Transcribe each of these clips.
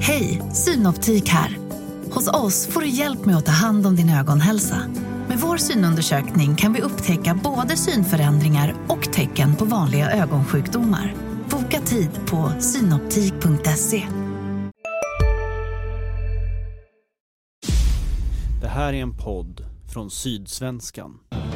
Hej, Synoptik här. Hos oss får du hjälp med att ta hand om din ögonhälsa. Med vår synundersökning kan vi upptäcka både synförändringar och tecken på vanliga ögonsjukdomar. Boka tid på synoptik.se. Det här är en podd från Sydsvenskan.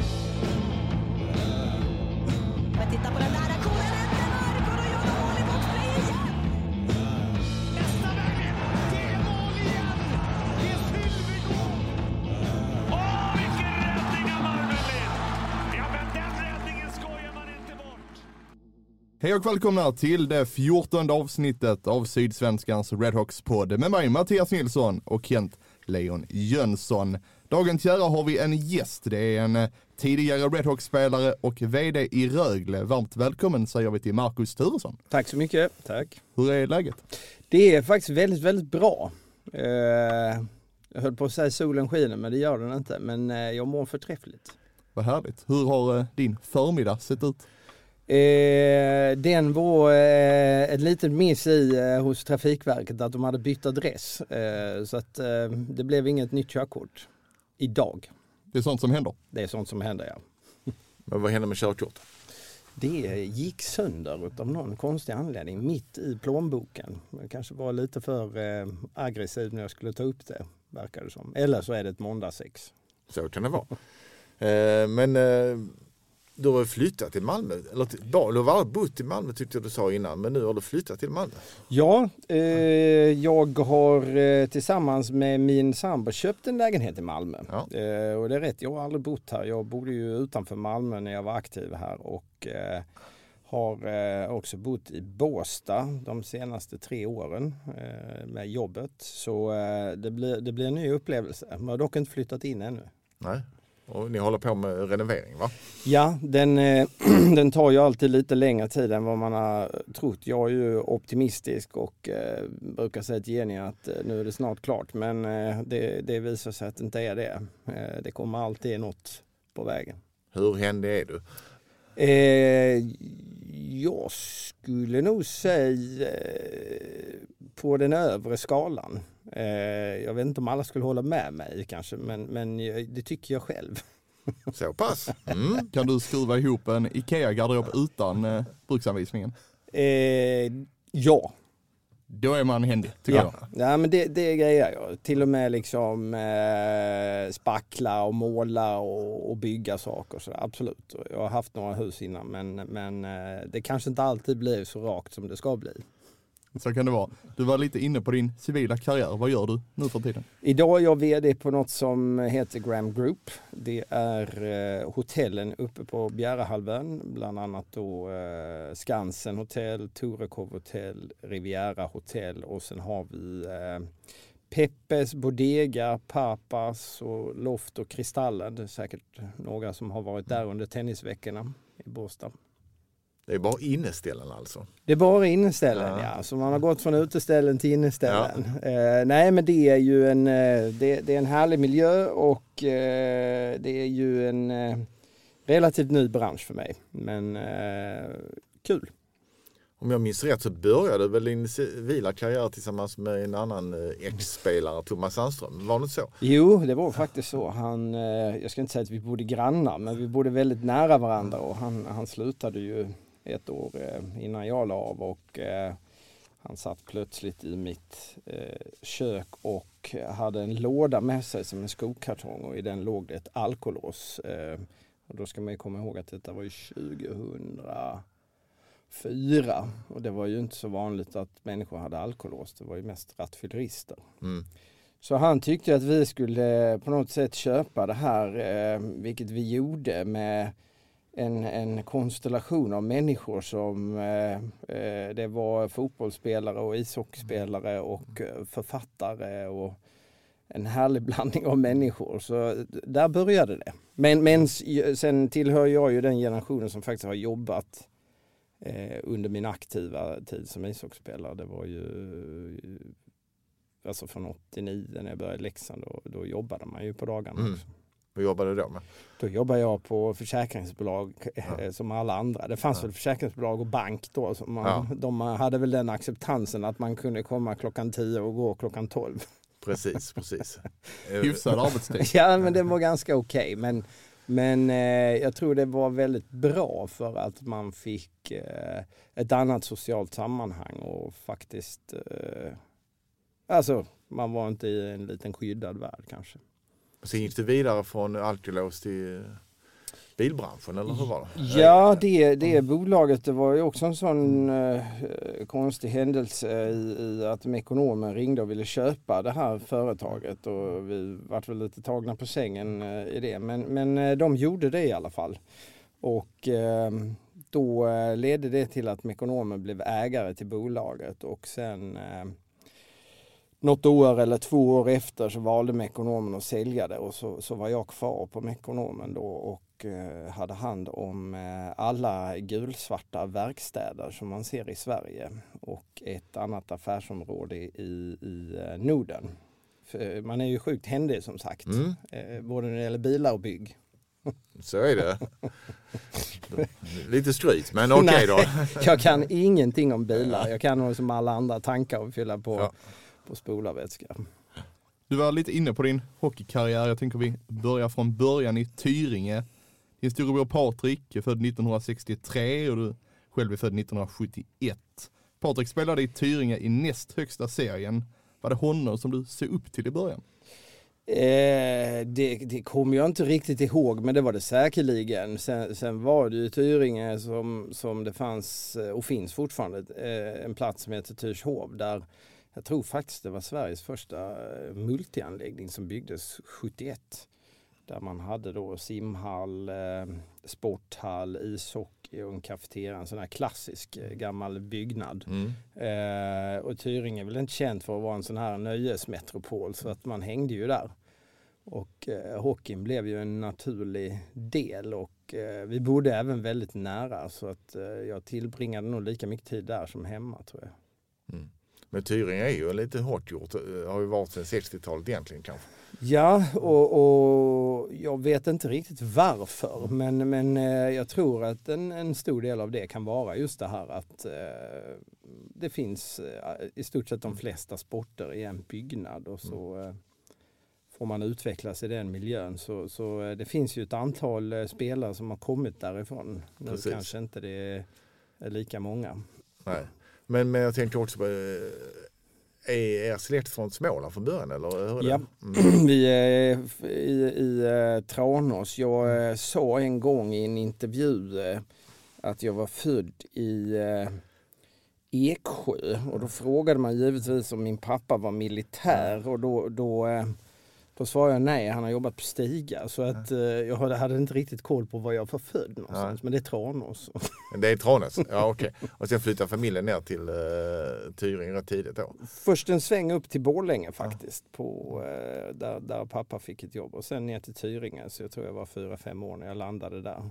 Men titta på den där aktionen, Marco och gör mål i bortfri. Nästa vägen, det är mål igen. Det är Sylvegård. Åh, vilken räddning av Marvelin. Ja, men den räddningen skojar man inte bort. Hej och välkomna till det 14:e avsnittet av Sydsvenskans Redhawks-podd med mig Mattias Nilsson och Kent Leon Jönsson. Dagens kära har vi en gäst. Det är en tidigare Redhawks-spelare och vd i Rögle. Varmt välkommen säger vi till Marcus Turesson. Tack så mycket. Tack. Hur är läget? Det är faktiskt väldigt, väldigt bra. Jag höll på att säga solen skiner, men det gör den inte. Men jag mår förträffligt. Vad härligt. Hur har din förmiddag sett ut? Den var ett litet miss hos Trafikverket att de hade bytt adress. Så att det blev inget nytt körkort idag. Det är sånt som händer? Det är sånt som händer, ja. Men vad hände med körkortet? Det gick sönder av någon konstig anledning mitt i plånboken. Jag kanske var lite för aggressiv när jag skulle ta upp det, verkar det som. Eller så är det ett måndagsex. Så kan det vara. Men du har flyttat till Malmö. Eller du har aldrig bott i Malmö tyckte jag du sa innan. Men nu har du flyttat till Malmö. Ja, jag har tillsammans med min sambo köpt en lägenhet i Malmö. Ja. Och det är rätt, jag har aldrig bott här. Jag bodde ju utanför Malmö när jag var aktiv här. Och har också bott i Båstad de senaste 3 åren med jobbet. Så det blir en ny upplevelse. Jag har dock inte flyttat in ännu. Nej. Och ni håller på med renovering, va? Ja, den tar ju alltid lite längre tid än vad man har trott. Jag är ju optimistisk och brukar säga till Jenny att nu är det snart klart. Men det visar sig att det inte är det. Det kommer alltid något på vägen. Hur händig är du? Jag skulle nog säga på den övre skalan. Jag vet inte om alla skulle hålla med mig kanske, men det tycker jag själv. Så pass. Kan du skruva ihop en IKEA-garderob utan bruksanvisningen? Ja. Då är man händig, tycker jag. Ja, men det grejer jag. Till och med liksom spackla och måla och bygga saker. Så absolut. Jag har haft några hus innan, men det kanske inte alltid blir så rakt som det ska bli. Så kan det vara. Du var lite inne på din civila karriär. Vad gör du nu för tiden? Idag är jag vd på något som heter Graham Group. Det är hotellen uppe på Bjärehalvön. Bland annat då Skansen hotell, Torekov hotell, Riviera hotell och sen har vi Peppes, Bodega, Papas och Loft och Kristallen. Det är säkert några som har varit där under tennisveckorna i Båstad. Det är bara inneställen alltså? Det är bara inneställen, ja. Så man har gått från uteställen till inneställen. Ja. Nej, men det är ju det är en härlig miljö och det är ju en relativt ny bransch för mig. Men kul. Om jag minns rätt så började du väl din civila karriär tillsammans med en annan ex-spelare, Thomas Sandström. Var det så? Jo, det var faktiskt så. Jag ska inte säga att vi bodde grannar, men vi bodde väldigt nära varandra och han slutade ju 1 år innan jag la av och han satt plötsligt i mitt kök och hade en låda med sig som en skokartong och i den låg det ett alkolås. Och då ska man ju komma ihåg att detta var ju 2004 och det var ju inte så vanligt att människor hade alkolås. Det var ju mest rattfyllerister. Så han tyckte att vi skulle på något sätt köpa det här, vilket vi gjorde med en konstellation av människor som det var fotbollsspelare och ishockeyspelare och författare och en härlig blandning av människor. Så där började det. Men sen tillhör jag ju den generationen som faktiskt har jobbat under min aktiva tid som ishockeyspelare. Det var ju alltså från 89 när jag började i Leksand, då jobbade man ju på dagarna också. Vad jobbade du då med? Då jobbade jag på försäkringsbolag som alla andra. Det fanns väl försäkringsbolag och bank då. De hade väl den acceptansen att man kunde komma klockan 10 och gå klockan 12. Precis. Hyfsad arbetstid. Ja, men det var ganska okej. Men jag tror det var väldigt bra för att man fick ett annat socialt sammanhang och faktiskt... man var inte i en liten skyddad värld kanske. Sen gick du vidare från alkolås till bilbranschen, eller hur var det? Ja, det bolaget, det var ju också en sån konstig händelse i att Mekonomen ringde och ville köpa det här företaget och vi var väl lite tagna på sängen i det. Men de gjorde det i alla fall. Och då ledde det till att Mekonomen blev ägare till bolaget och sen... något år eller 2 år efter så valde Mekonomen att sälja det och så var jag kvar på Mekonomen då och hade hand om alla gulsvarta verkstäder som man ser i Sverige och ett annat affärsområde i Norden. För man är ju sjukt händig som sagt, både när det gäller bilar och bygg. Så är det. Lite skryt, men okej då. Jag kan ingenting om bilar, jag kan nog som alla andra tankar och fylla på spolarvätska. Du var lite inne på din hockeykarriär. Jag tänker vi börjar från början i Tyringe. Din storebror Patrik är född 1963 och du själv är född 1971. Patrik spelade i Tyringe i näst högsta serien. Var det honom som du såg upp till i början? Det kommer jag inte riktigt ihåg, men det var det säkerligen. Sen var det ju Tyringe som det fanns och finns fortfarande en plats som heter Tyrshov där jag tror faktiskt det var Sveriges första multianläggning som byggdes 71. Där man hade då simhall, sporthall, ishockey och en kafeteria. En sån här klassisk gammal byggnad. Och Tyringe är väl inte känt för att vara en sån här nöjesmetropol så att man hängde ju där. Och hockeyn blev ju en naturlig del och vi bodde även väldigt nära så att jag tillbringade nog lika mycket tid där som hemma tror jag. Men Tyringe är ju lite hårt gjort. Har ju varit sedan 60-talet egentligen kanske. Ja, och jag vet inte riktigt varför. Men jag tror att en stor del av det kan vara just det här att det finns i stort sett de flesta sporter i en byggnad. Och så får man utvecklas i den miljön. Så det finns ju ett antal spelare som har kommit därifrån. Nu Precis. Kanske inte det är lika många. Nej. Men jag tänker också på, är släkt från Småland från början? Eller hur är det? Ja, vi är i Tranås. Jag sa en gång i en intervju att jag var född i Eksjö. Och då frågade man givetvis om min pappa var militär. Och då svarade jag nej, han har jobbat på Stiga. Så att jag hade inte riktigt koll på var jag var född någonstans. Men det är Tranås. Det är Tranås, ja okej. Och sen flyttade familjen ner till Tyringe rätt tidigt då? Först en sväng upp till Borlänge faktiskt. På, där pappa fick ett jobb. Och sen ner till Tyringe. Så jag tror jag var 4-5 år när jag landade där.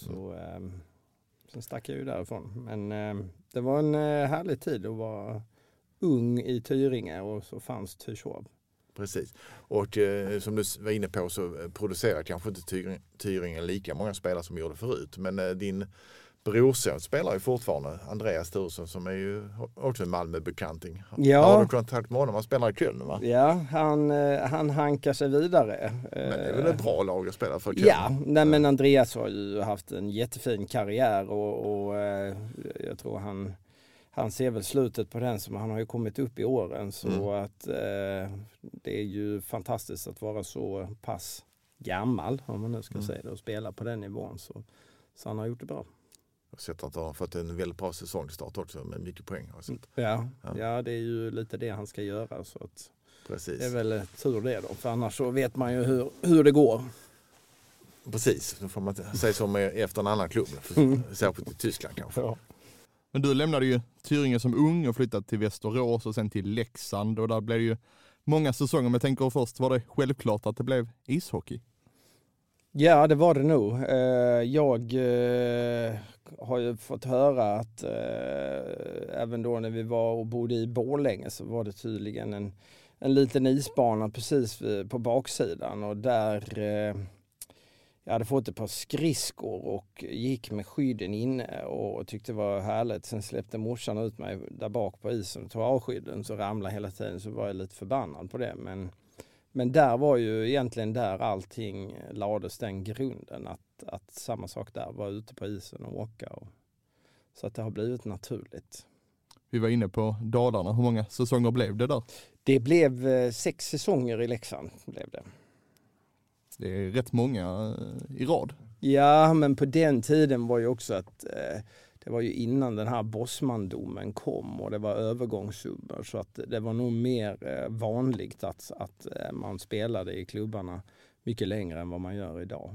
Sen stack jag ju därifrån. Men det var en härlig tid att vara ung i Tyringe. Och så fanns Tyrshov. Precis. Och som du var inne på så producerar kanske inte Tyringe lika många spelare som gjorde förut. Men din brorson spelar ju fortfarande, Andreas Tursson, som är ju också en Malmö-bekanting. Ja. Har du kontakt med honom? Han spelar i Köln, va? Ja, han hankar sig vidare. Men det är väl ett bra lag att spela för Köln? Ja, men Andreas har ju haft en jättefin karriär och jag tror han ser väl slutet på den som han har ju kommit upp i åren så att det är ju fantastiskt att vara så pass gammal om man nu ska säga det och spela på den nivån så han har gjort det bra. Jag har sett att han har fått en väldigt bra säsongstart också med mycket poäng. Ja, det är ju lite det han ska göra så att precis. Det är väl tur det då för annars så vet man ju hur det går. Precis, då får man säga som efter en annan klubb, särskilt i Tyskland kanske. Ja. Men du lämnade ju Tyringe som ung och flyttade till Västerås och sen till Leksand och där blev det ju många säsonger. Men jag tänker först, var det självklart att det blev ishockey? Ja, det var det nog. Jag har ju fått höra att även då när vi var och bodde i Borlänge så var det tydligen en liten isbana precis på baksidan och där jag hade fått ett par skridskor och gick med skydden inne och tyckte det var härligt. Sen släppte morsan ut mig där bak på isen och tog av skydden, så ramlade hela tiden, så var jag lite förbannad på det. Men där var ju egentligen där allting lades, den grunden, att samma sak där, var ute på isen och åka. Så att det har blivit naturligt. Vi var inne på Dalarna. Hur många säsonger blev det där? Det blev 6 säsonger i Leksand. Blev det. Det är rätt många i rad. Ja, men på den tiden var ju också att det var ju innan den här Bosman-domen kom och det var övergångssummor, så att det var nog mer vanligt att man spelade i klubbarna mycket längre än vad man gör idag.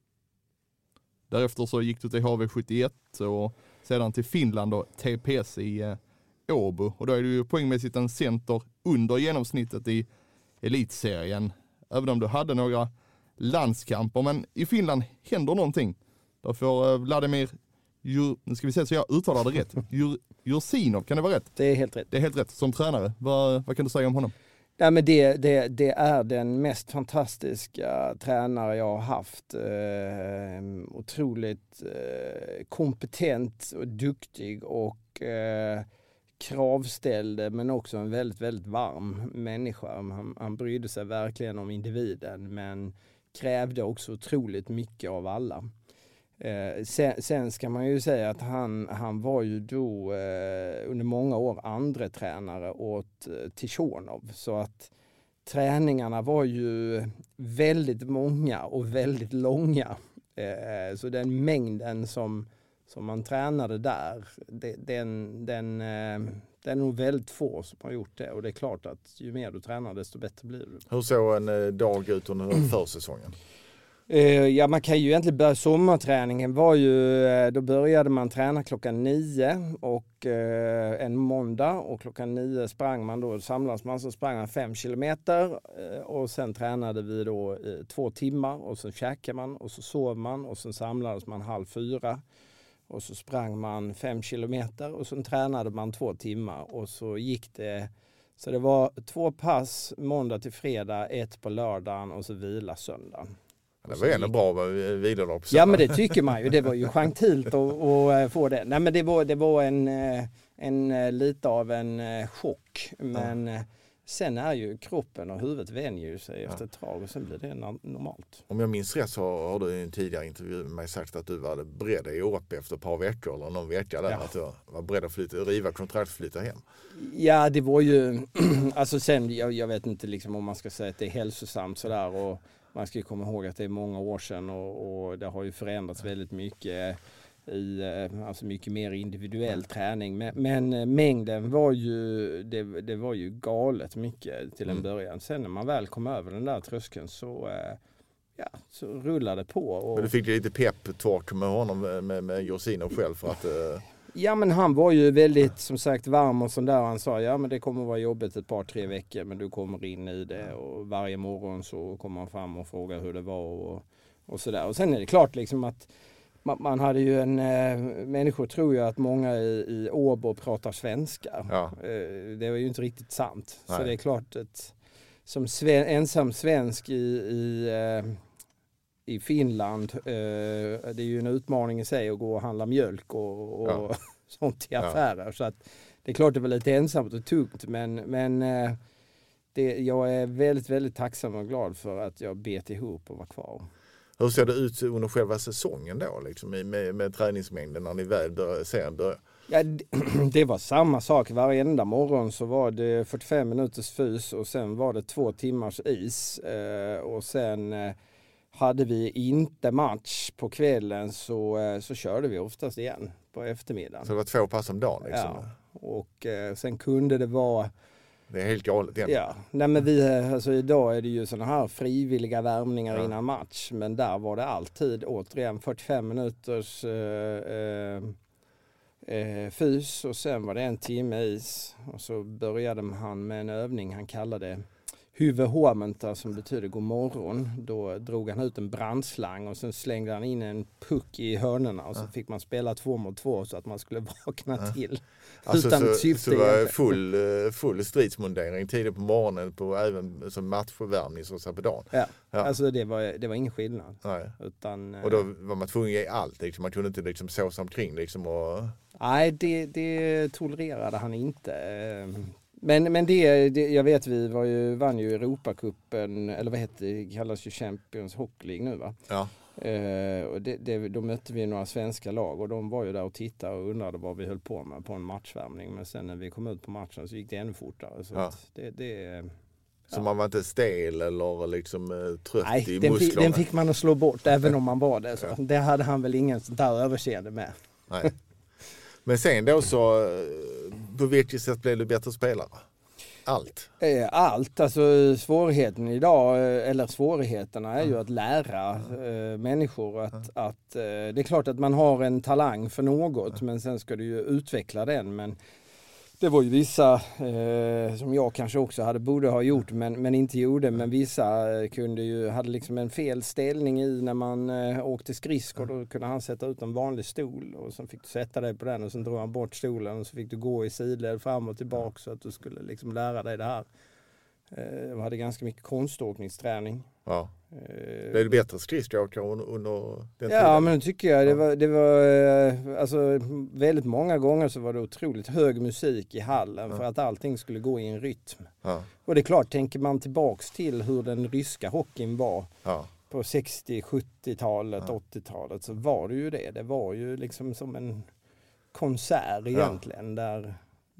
Därefter så gick du till HV71 och sedan till Finland och TPS i Åbo. Och då är du ju poängmässigt en center under genomsnittet i elitserien. Även om du hade några landskamper. Men i Finland händer någonting. Därför Vladimir, nu ska vi se så jag uttalar det rätt. Jursinov, kan det vara rätt? Det är helt rätt. Det är helt rätt. Som tränare, vad kan du säga om honom? Nej, men det är den mest fantastiska tränare jag har haft. Otroligt kompetent och duktig och kravställde, men också en väldigt, väldigt varm människa. Han brydde sig verkligen om individen, men krävde också otroligt mycket av alla. Sen ska man ju säga att han var ju då under många år andra tränare åt Tichonov, så att träningarna var ju väldigt många och väldigt långa. Så den mängden som man tränade där, den är nog väldigt få som har gjort det, och det är klart att ju mer du tränar desto bättre blir du. Hur såg en dag ut under försäsongen? Ja, man kan ju egentligen börja, sommarträningen var ju, då började man träna klockan 9 och en måndag, och klockan 9 sprang man då, samlades man, så sprang man 5 kilometer och sen tränade vi då 2 timmar och så käkade man och så sov man och sen samlades man 3:30 och så sprang man 5 kilometer och sen tränade man 2 timmar och så gick det. Så det var 2 pass måndag till fredag, 1 på lördagen och så vila söndagen. Det var ändå bra vilodag på söndag. Ja, men det tycker man ju. Det var ju gentilt att få det. Nej, men det var en lite av en chock. Men sen är ju kroppen och huvudet vänjer sig efter ett tag och sen blir det normalt. Om jag minns rätt så har du i en tidigare intervju med mig sagt att du var beredd att gå upp efter ett par veckor eller någon vecka där, att du var beredd att riva kontrakt och flytta hem. Ja, det var ju, alltså sen, jag vet inte liksom om man ska säga att det är hälsosamt sådär, och man ska komma ihåg att det är många år sedan och det har ju förändrats väldigt mycket i alltså mycket mer individuell träning. Men mängden var ju, det var ju galet mycket till en början. Sen när man väl kom över den där tröskeln så rullade det på. Och men du fick lite pep-talk med honom, med Jursinov själv för att... Ja, men han var ju väldigt, som sagt, varm och sån där. Han sa, ja men det kommer vara jobbigt ett par 3 veckor, men du kommer in i det. Och varje morgon så kommer han fram och frågar hur det var och sådär. Och sen är det klart liksom att man hade ju människor tror ju att många i Åbo pratar svenska. Ja. Det var ju inte riktigt sant. Nej. Så det är klart att som ensam svensk i Finland, det är ju en utmaning i sig att gå och handla mjölk och sånt i affärer. Ja. Så att det är klart det var lite ensamt och tungt, men jag är väldigt, väldigt tacksam och glad för att jag bet ihop och var kvar. Hur ser det ut under själva säsongen då, liksom, med träningsmängden när ni väl serien börjar? Ja, det var samma sak. Varenda morgon så var det 45 minuters fys och sen var det 2 timmars is. Och sen hade vi inte match på kvällen så körde vi oftast igen på eftermiddagen. Så det var 2 pass om dagen liksom? Ja, och sen kunde det vara... Det är helt galet egentligen. Ja, nej, men idag är det ju sådana här frivilliga värmningar innan match, men där var det alltid återigen 45 minuters fys och sen var det 1 timme is och så började han med en övning han kallade Huvudhåmenta som betyder god morgon. Då drog han ut en brandslang och sen slängde han in en puck i hörnorna och så fick man spela 2 mot 2 så att man skulle vakna till. Alltså, utan ett så syfte. det var full stridsmundering tidigt på morgonen på även som matchvärmning så på dagen. Ja. Ja. Alltså det var ingen skillnad. Nej. Utan, Och då var man tvungen att ge allt. Liksom. Man kunde inte liksom såsa omkring. Liksom, och... Nej, det tolererade han inte. Men det, jag vet vann ju Europacupen, eller vad heter det, kallas ju Champions Hockey League nu va? Ja. Och då mötte vi några svenska lag och de var ju där och tittade och undrade vad vi höll på med på en matchvärmning. Men sen när vi kom ut på matchen så gick det ännu fortare. Så att Så man var inte stel eller liksom trött i musklerna? Nej, den fick man att slå bort även om man var det. Så. Det hade han väl ingen sånt där överseende med. Nej. Men sen då så, på vilket sätt blev du bättre spelare? Allt? Allt, alltså svårigheterna är ju att lära människor att det är klart att man har en talang för något men sen ska du ju utveckla den. Men det var ju vissa som jag kanske också borde ha gjort men inte gjorde. Men vissa hade liksom en fel ställning i när man åkte skridskor. Då kunde han sätta ut en vanlig stol och sen fick du sätta dig på den och sen drog han bort stolen och så fick du gå i sidled fram och tillbaka så att du skulle liksom lära dig det här. Jag hade ganska mycket konståkningsträning. Ja. Blev du bättre skridskoåkare under den tiden? Ja, men det tycker jag. Det var alltså, väldigt många gånger så var det otroligt hög musik i hallen för att allting skulle gå i en rytm. Ja. Och det är klart, tänker man tillbaks till hur den ryska hockeyn var på 60-, 70-talet, 80-talet så var det ju det. Det var ju liksom som en konsert egentligen där.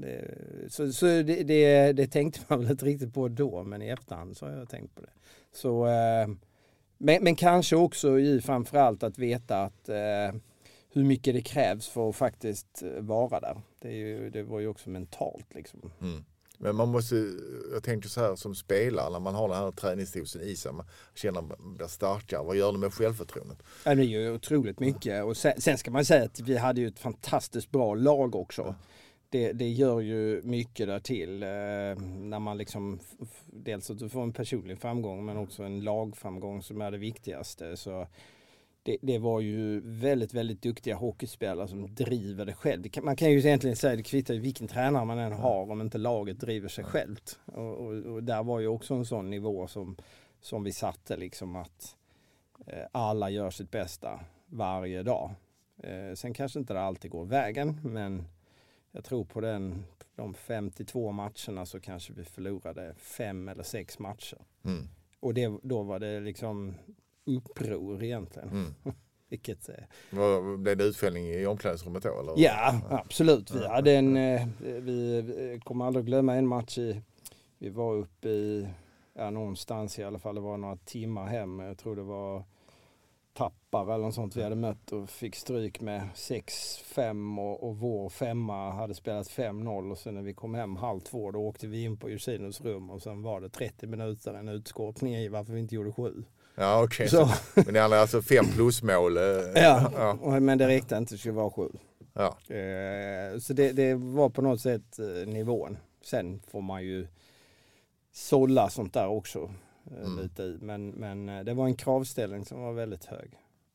Det tänkte man väl inte riktigt på då, men i efterhand så har jag tänkt på det. Så, men kanske också framförallt att veta att hur mycket det krävs för att faktiskt vara där. Det var ju också mentalt liksom. Mm. Men jag tänker så här som spelare när man har den här träningsdosen i sig, man känner att man blir starkare. Vad gör det med självförtroendet? Ja, det är ju otroligt mycket och sen ska man säga att vi hade ju ett fantastiskt bra lag också. Det gör ju mycket där till när man liksom dels att du får en personlig framgång men också en lagframgång som är det viktigaste. Så det var ju väldigt, väldigt duktiga hockeyspelare som driver det själv. Man kan ju egentligen säga att det kvittar ju vilken tränare man än har om inte laget driver sig självt. Och där var ju också en sån nivå som vi satte liksom att alla gör sitt bästa varje dag. Sen kanske inte det alltid går vägen men jag tror på de 52 matcherna så kanske vi förlorade 5 eller 6 matcher. Mm. Och då var det liksom uppror egentligen. Mm. Vilket, blev det utfällning i omklädningsrummet då? Eller? Ja, absolut. Vi hade vi kommer aldrig glömma en match vi var uppe i någonstans i alla fall. Det var några timmar hem. Jag tror det var Tappar eller något sånt vi hade mött och fick stryk med 6-5 och vår 5 hade spelat 5-0 och sen när vi kom hem 1:30 då åkte vi in på Jusinos rum och sen var det 30 minuter en utskåpning i varför vi inte gjorde 7. Ja okej. Men det är alltså 5 plusmål. Men det räckte inte, det skulle vara 7. Ja. Så det var på något sätt nivån. Sen får man ju sålla sånt där också. Lite i. Men det var en kravställning som var väldigt hög.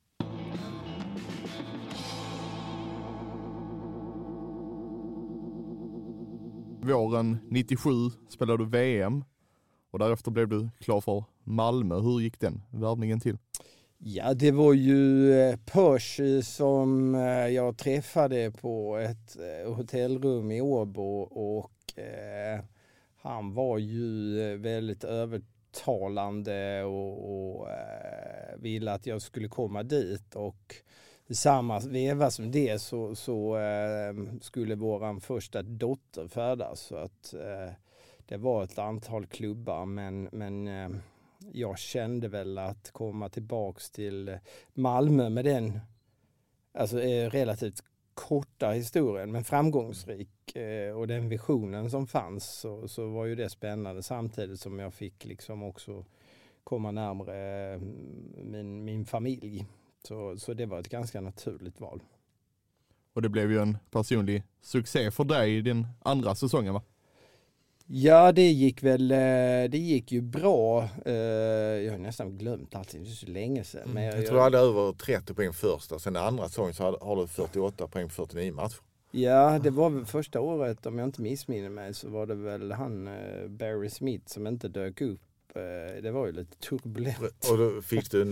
Våren 97 spelade du VM och därefter blev du klar för Malmö. Hur gick den värvningen till? Ja, det var ju Percy som jag träffade på ett hotellrum i Åbo och han var ju väldigt övertalande och ville att jag skulle komma dit och i samma veva som det så skulle våran första dotter födas så att det var ett antal klubbar men jag kände väl att komma tillbaks till Malmö med den alltså relativt korta historien men framgångsrik och den visionen som fanns så var ju det spännande samtidigt som jag fick liksom också komma närmare min familj. Så det var ett ganska naturligt val. Och det blev ju en personlig succé för dig i din andra säsongen va? Ja, det gick ju bra. Jag har nästan glömt allting, det är så länge sedan. Men Jag tror jag hade över 30 poäng första, sen andra säsongen så har du 48 poäng på 49 matcher. Ja, det var väl första året, om jag inte missminner mig, så var det väl han Barry Smith som inte dök upp. Det var ju lite turbulent. Och då fick du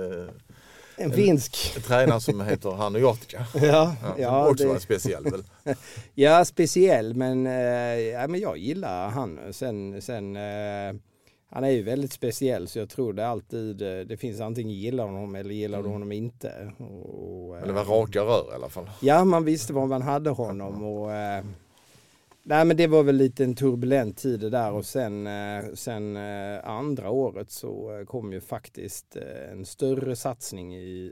En finsk. En tränare som heter Hannu Jotka. Ja, också var speciell väl? Ja, speciell, men jag gillar han. Sen han är ju väldigt speciell, så jag tror det alltid det finns antingen gillar honom eller gillar honom inte. Men det var raka rör i alla fall. Ja, man visste var man hade honom och nej, men det var väl lite en turbulent tid det där, och sen andra året så kom ju faktiskt en större satsning i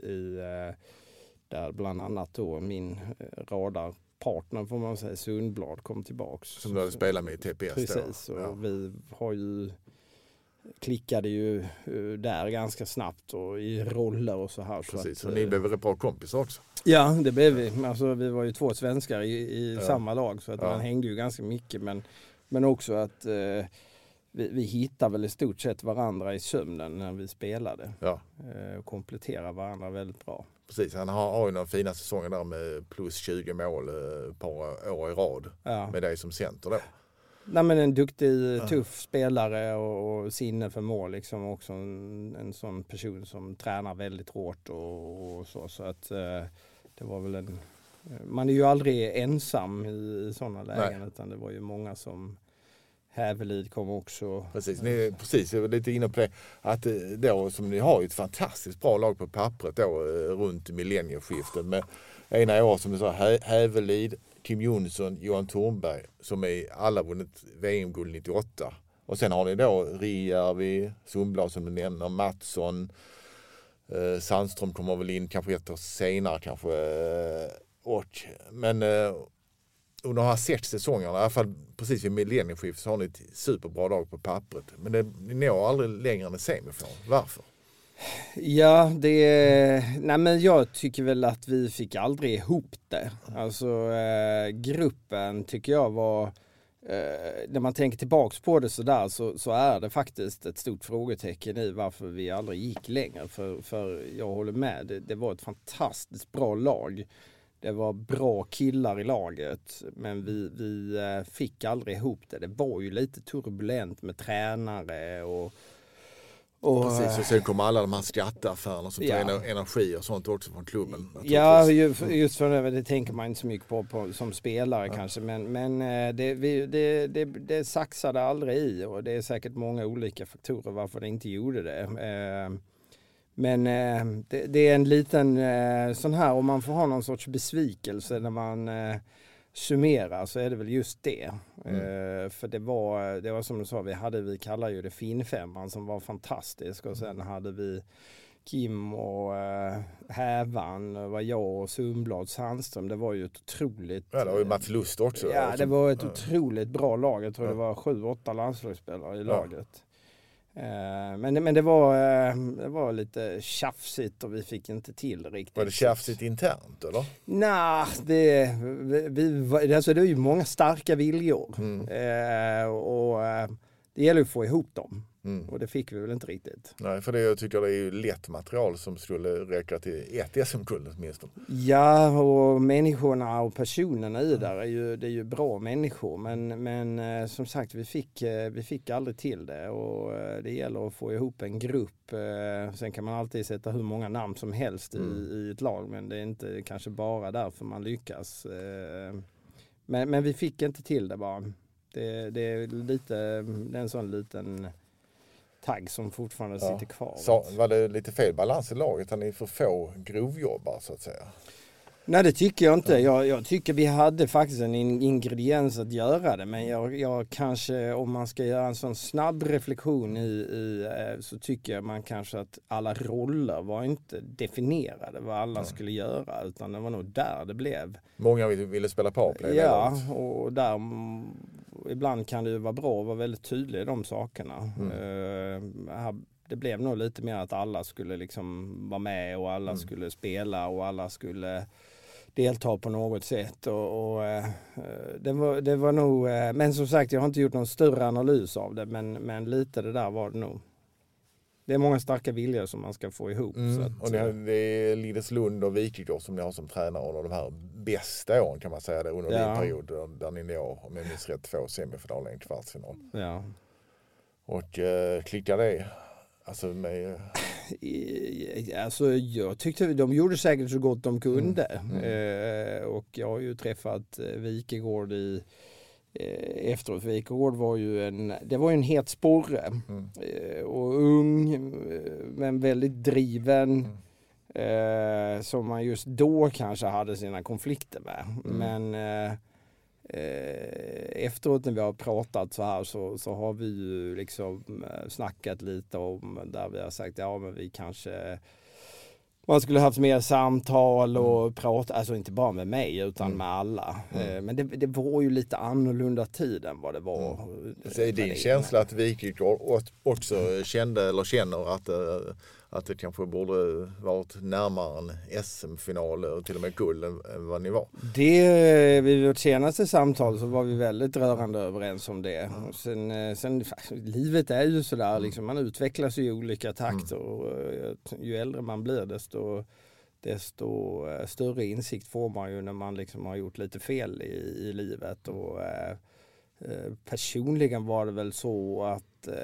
där bland annat då min radarpartner får man säga, Sundblad, kom tillbaks. Som du hade spelat med i TPS. Precis, och vi har ju klickade ju där ganska snabbt och i roller och så här. Precis, så och ni blev väl bra kompisar också? Ja, det blev vi. Alltså, vi var ju 2 svenskar i samma lag, så att man hängde ju ganska mycket. Men också att vi hittade väl i stort sett varandra i sömnen när vi spelade. Ja. Och kompletterade varandra väldigt bra. Precis, han har ju några fina säsonger där med plus 20 mål ett par år i rad med dig som center då. Nej, men en duktig, tuff spelare och sinne för mål liksom, också en sån person som tränar väldigt hårt och så att det var väl man är ju aldrig ensam i sådana lägen. Nej. Utan det var ju många som Hävelid kom också. Precis, jag var lite inne på det, att då som ni har ju ett fantastiskt bra lag på pappret då runt millennieskiftet med ena år som du sa Hävelid, Kim Jonsson, Johan Thornberg som är alla vunnit VM-guld 98. Och sen har ni då Rijärvi, Sundblad som du nämner, Mattsson, Sandström kommer väl in kanske ett år senare kanske. Men under de här 6 säsongerna, i alla fall precis vid millennieskiftet, så har ni ett superbra lag på pappret. Men ni når aldrig längre än en semifinal. Varför? Ja, men jag tycker väl att vi fick aldrig ihop det. Alltså gruppen tycker jag var, när man tänker tillbaks på det sådär så är det faktiskt ett stort frågetecken i varför vi aldrig gick längre. För jag håller med, det var ett fantastiskt bra lag. Det var bra killar i laget, men vi fick aldrig ihop det. Det var ju lite turbulent med tränare och precis, och sen kommer alla de här skatteaffärerna som tar energi och sånt också från klubben. Ja, just för det tänker man inte så mycket på som spelare kanske, men det saxade aldrig i, och det är säkert många olika faktorer varför det inte gjorde det. Men det är en liten sån här, om man får ha någon sorts besvikelse när man summerar, så är det väl just det. För det var som du sa, vi kallar ju det finfemman som var fantastisk, och sen hade vi Kim och Hävan, var jag och Sundblad, Sandström. Det var ju ett otroligt... Ja, det var ju Mats Lust också. Ja, det var ett otroligt bra lag. Jag tror det var 7-8 landslagsspelare i laget. Men det var lite tjafsigt och vi fick inte till riktigt. Var det tjafsigt internt eller? Nej, det är ju många starka viljor. Och det gäller att få ihop dem. Och det fick vi väl inte riktigt. Nej, för jag tycker det är ju lätt material som skulle räcka till ett SM-guld åtminstone. Ja, och människorna och personerna i där det är ju bra människor. Men som sagt, vi fick aldrig till det. Och det gäller att få ihop en grupp. Sen kan man alltid sätta hur många namn som helst i ett lag. Men det är inte kanske bara därför man lyckas. Men vi fick inte till det bara. Det är en sån liten tagg som fortfarande sitter kvar. Så var det lite fel balans i laget? Har ni för få grovjobbar så att säga? Nej, det tycker jag inte. Jag tycker vi hade faktiskt en ingrediens att göra det. Men jag kanske, om man ska göra en sån snabb reflektion så tycker jag man kanske att alla roller var inte definierade vad alla skulle göra. Utan det var nog där det blev. Många ville spela powerplay. Ja, och där ibland kan det ju vara bra att vara väldigt tydlig i de sakerna. Det blev nog lite mer att alla skulle liksom vara med och alla skulle spela och alla skulle delta på något sätt. Och det var nog, men som sagt jag har inte gjort någon större analys av det, men lite det där var det nog. Det är många starka viljor som man ska få ihop. Så att, och det är Lilleslund och Wikegård som ni har som tränare under de här bästa åren kan man säga det, under din period där ni når, om jag minns rätt, 2 semifinaler, en kvartsfinal. Ja. Och klickar det? Alltså med... Alltså jag tyckte de gjorde säkert så gott de kunde. Och jag har ju träffat Wikegård efteråt. Wikegård var ju en het sporre. Och ung, men väldigt driven. Som man just då kanske hade sina konflikter med. Men efteråt när vi har pratat så här så har vi ju liksom snackat lite om där vi har sagt men vi kanske man skulle haft mer samtal och prata, alltså inte bara med mig utan med alla. Men det var ju lite annorlunda tid än vad det var. Så är din känsla att Wikegård också kände eller känner att det kanske borde varit närmare en SM-final och till och med guld än vad ni var? Vid vårt senaste samtal så var vi väldigt rörande överens om det. Och sen livet är ju sådär, liksom, man utvecklas i olika takter och ju äldre man blir desto större insikt får man ju när man liksom har gjort lite fel i livet. Och personligen var det väl så att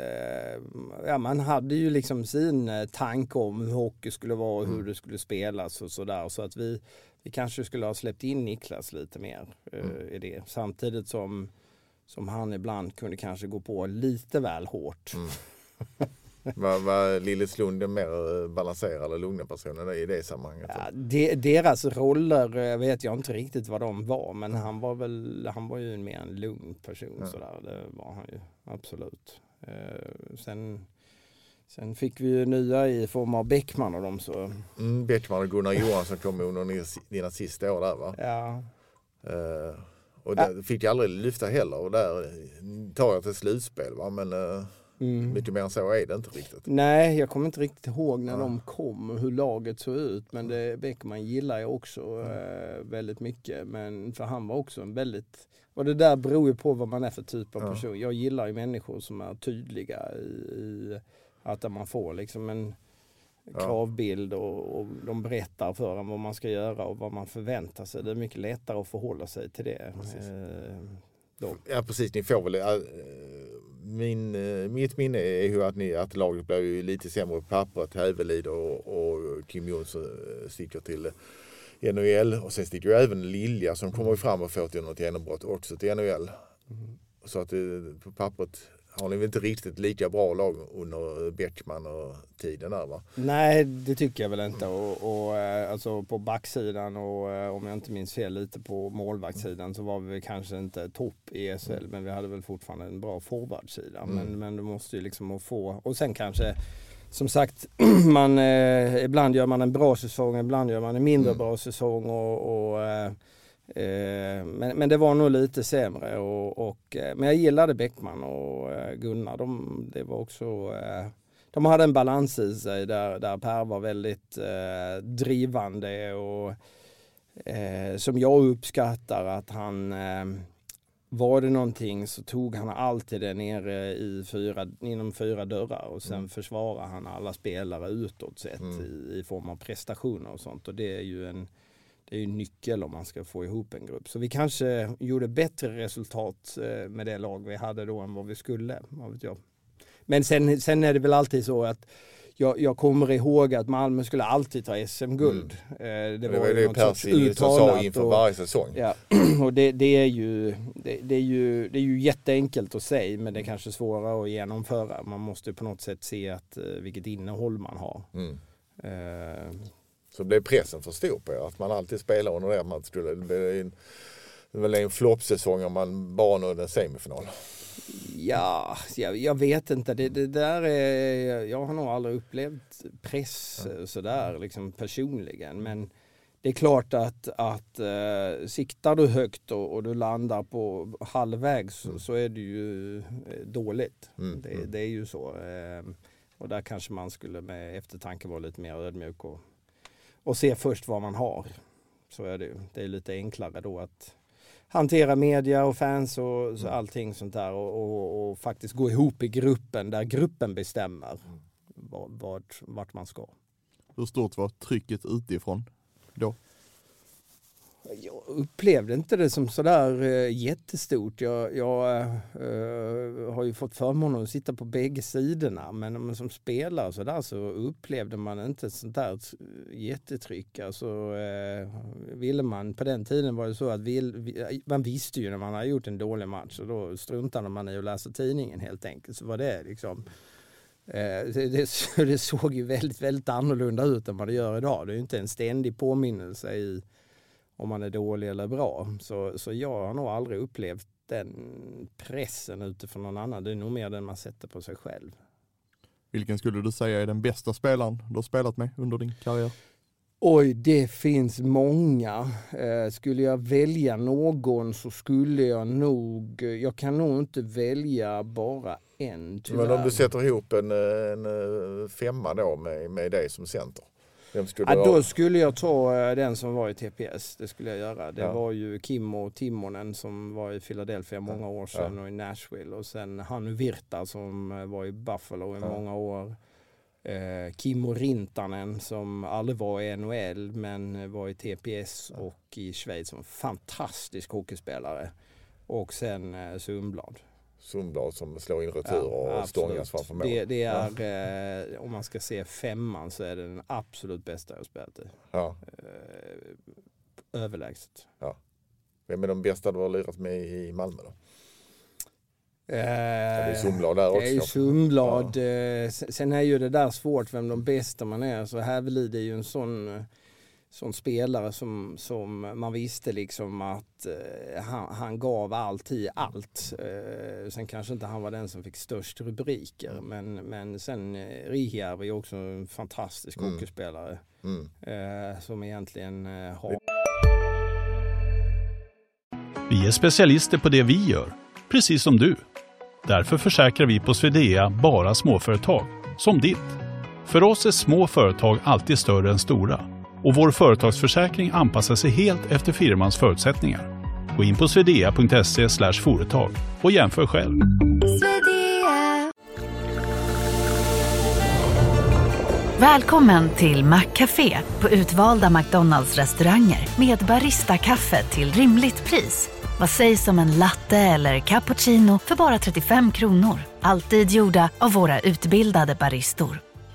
man hade ju liksom sin tanke om hur hockey skulle vara och hur det skulle spelas och sådär. Så att vi kanske skulle ha släppt in Niklas lite mer i det. Samtidigt som han ibland kunde kanske gå på lite väl hårt. Var Lilleslund mer balanserade lugna personer i det sammanhanget? Ja, deras roller vet jag inte riktigt vad de var, men han var ju mer en lugn person sådär. Det var han ju, absolut. Sen fick vi ju nya i form av Bäckman och dem så. Bäckman och Gunnar Johansson kom under dina sista år där, va? Ja. Och det fick jag aldrig lyfta heller, och där tar jag till slutspel, va? Men mycket mer än så är det inte riktigt. Nej, jag kommer inte riktigt ihåg när de kom och hur laget såg ut, men Bäckman gillar jag också väldigt mycket, men för han var också en väldigt, och det där beror ju på vad man är för typ av person. Jag gillar ju människor som är tydliga i att man får liksom en kravbild och de berättar för en vad man ska göra och vad man förväntar sig. Det är mycket lättare att förhålla sig till det. Ja, precis. Ni får väl... mitt minne är ju att laget blev ju lite sämre på pappret. Hävelid och Kim Jonsson sticker till NHL. Och sen sticker ju även Lilja som kommer fram och får till något genombrott också till NHL. Så att på pappret har ni väl inte riktigt lika bra lag under Bäckman och tiden där, va? Nej, det tycker jag väl inte. Och alltså på backsidan och om jag inte minns fel lite på målvaktssidan så var vi kanske inte topp i SHL, men vi hade väl fortfarande en bra forwardsida. Men det måste ju liksom få, och sen kanske som sagt ibland gör man en bra säsong, ibland gör man en mindre bra säsong men det var nog lite sämre men jag gillade Bäckman och Gunnar. Det var också de hade en balans i sig där Per var väldigt drivande och som jag uppskattar att han var det någonting så tog han alltid det nere inom 4 dörrar och sen försvarar han alla spelare utåt sett i form av prestationer och sånt, och det är ju en nyckel om man ska få ihop en grupp. Så vi kanske gjorde bättre resultat med det lag vi hade då än vad vi skulle. Vad vet jag. Men sen är det väl alltid så att jag kommer ihåg att Malmö skulle alltid ta SM-guld. Det var ju det Per Siljesson sa inför varje säsong. Ja, och det är ju jätteenkelt att säga, men det är kanske svårare att genomföra. Man måste på något sätt se vilket innehåll man har. Så blev pressen för stor på att man alltid spelar under det. Man skulle det väl en floppsäsong om man bara nådde en semifinal. Ja, jag vet inte. Det där är, jag har nog aldrig upplevt press sådär liksom personligen. Men det är klart att siktar du högt och du landar på halvvägs så är det ju dåligt. Det är ju så. Och där kanske man skulle med eftertanke vara lite mer ödmjuk och se först vad man har. Så är det ju. Det är lite enklare då att hantera media och fans och så allting sånt där och faktiskt gå ihop i gruppen där gruppen bestämmer vart man ska. Hur stort var trycket utifrån då? Jag upplevde inte det som sådär jättestort. Jag har ju fått förmånen att sitta på bägge sidorna, men som spelare så där så upplevde man inte ett sånt där jättetryck. Alltså, ville man på den tiden var det så att man visste ju när man hade gjort en dålig match och då struntade man i att läsa tidningen helt enkelt. Så var det liksom det såg ju väldigt, väldigt annorlunda ut än vad det gör idag. Det är ju inte en ständig påminnelse i om man är dålig eller bra. Så jag har nog aldrig upplevt den pressen utifrån någon annan. Det är nog mer den man sätter på sig själv. Vilken skulle du säga är den bästa spelaren du har spelat med under din karriär? Oj, det finns många. Skulle jag välja någon så skulle jag kan nog inte välja bara en. Tyvärr. Men om du sätter ihop en femma då med dig som center? Då skulle jag ta den som var i TPS. Det skulle jag göra. Det var ju Kimmo Timonen som var i Philadelphia många år sedan och i Nashville. Och sen Hannu Virta som var i Buffalo i många år. Kimmo Rintanen som aldrig var i NHL men var i TPS och i Schweiz som fantastisk hockeyspelare. Och sen Sundblad som slår in returer och stångas framför mål. Det är, om man ska se femman så är det den absolut bästa jag spelat i. Ja. Överlägset. Ja. Vem är de bästa du har lirat med i Malmö då? Det är Sundblad där också. Det är ju Sundblad. Sen är ju det där svårt vem de bästa man är. Så Hävelid är ju en sån spelare som man visste liksom att han gav alltid allt. Sen kanske inte han var den som fick störst rubriker. Men sen Rihjärvi är också en fantastisk hockeyspelare. Som egentligen har... Vi är specialister på det vi gör, precis som du. Därför försäkrar vi på Swedea bara småföretag, som ditt. För oss är små företag alltid större än stora. Och vår företagsförsäkring anpassar sig helt efter firmans förutsättningar. Gå in på swedea.se/företag och jämför själv. Välkommen till Maccafé på utvalda McDonalds-restauranger med Barista-kaffe till rimligt pris. Vad sägs om en latte eller cappuccino för bara 35 kronor? Alltid gjorda av våra utbildade baristor.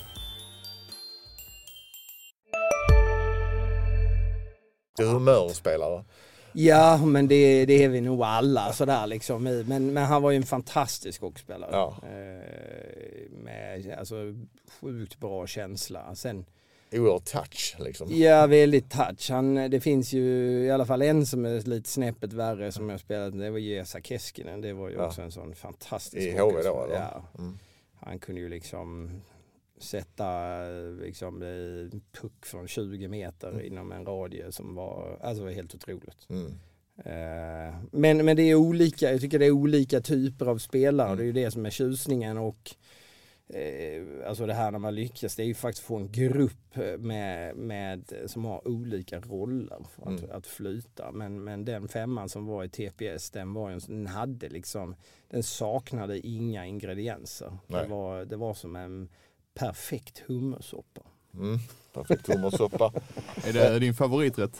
Humörspelare. Ja, men det är vi nog alla sådär liksom. Men han var ju en fantastisk hockeyspelare. Ja. Med alltså sjukt bra känsla. Sen Oerhört touch liksom. Ja, väldigt touch. Det finns ju i alla fall en som är lite snäppet värre som jag spelat. Det var Jesa Keskinen. Det var ju också en sån fantastisk i HV då, eller? Ja. Han kunde ju liksom sätta liksom puck från 20 meter inom en radie som var helt otroligt. Men det är olika, jag tycker det är olika typer av spelare. Det är ju det som är tjusningen och alltså det här när man lyckas, det är ju faktiskt att få en grupp med som har olika roller för att flyta. Men den femman som var i TPS, den hade liksom, den saknade inga ingredienser. Det var som en perfekt hummersoppa. Perfekt hummersoppa. Är det din favoriträtt?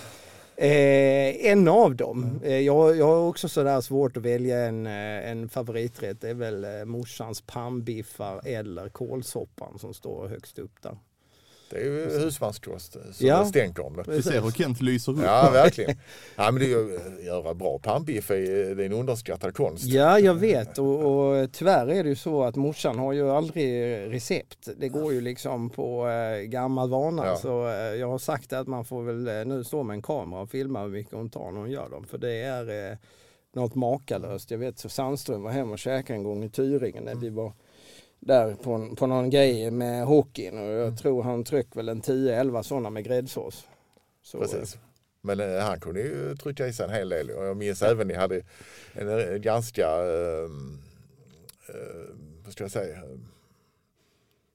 En av dem. Jag har också sådär svårt att välja en favoriträtt. Det är väl morsans pannbiffar eller kålsoppan som står högst upp där. Det är ju husmanskost som stänker om det. Du ser hur Kent lyser upp. Ja, verkligen. Ja, men det göra bra pannbiff det är en underskattad konst. Ja, jag vet. Och tyvärr är det ju så att morsan har ju aldrig recept. Det går ju liksom på gammal vana. Ja. Så jag har sagt att man får väl nu stå med en kamera och filma hur mycket hon tar när hon gör dem. För det är något makalöst. Jag vet så Sandström var hemma och käkade en gång i Tyringen när vi var där på någon grej med hockeyn och jag tror han tryck väl en 10-11 sådana med gräddsås. Så. Precis. Men han kunde ju trycka i sig en hel del och jag minns även ni hade en ganska vad ska jag säga,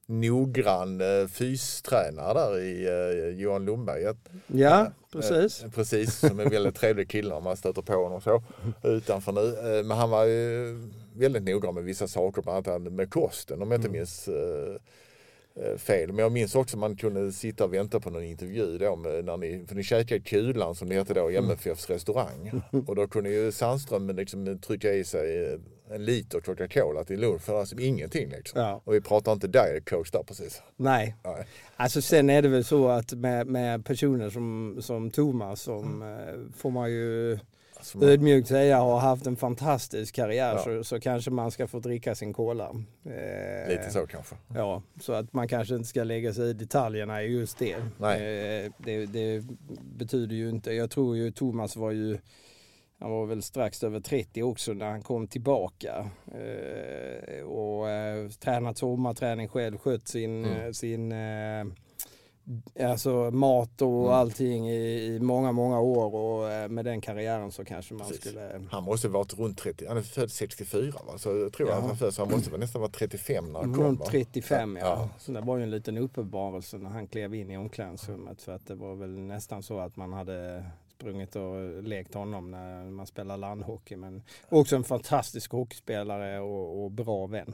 noggrann fystränare där i Johan Lundberg. Ja, precis. Precis, som en väldigt trevlig kille om man stöter på honom så utanför nu. Men han var ju väldigt noggrann med vissa saker, bland annat med kosten, om jag inte minns fel. Men jag minns också att man kunde sitta och vänta på någon intervju då för ni käkade i Kulan som det hette då, MFFs restaurang. Och då kunde ju Sandström liksom trycka i sig en liter Coca-Cola till lunch för alltså ingenting liksom. Ja. Och vi pratar inte diet coach där precis. Nej. Alltså sen är det väl så att med personer som Thomas får man ju ödmjukt säga har haft en fantastisk karriär så kanske man ska få dricka sin cola. Lite så kanske. Ja, så att man kanske inte ska lägga sig i detaljerna i just det. Nej. Det betyder ju inte, jag tror ju Thomas han var väl strax över 30 också när han kom tillbaka och tränat sommarträning själv, skött sin alltså mat och allting i många, många år och med den karriären så kanske man skulle... Han måste ha varit runt 30, han är född 64 va? Så jag tror så han måste nästan vara 35 när han kom va? 35 ja. Så det var ju en liten uppenbarelse när han klev in i omklädningsrummet för att det var väl nästan så att man hade sprungit och lekt honom när man spelar landhockey, men också en fantastisk hockeyspelare och bra vän.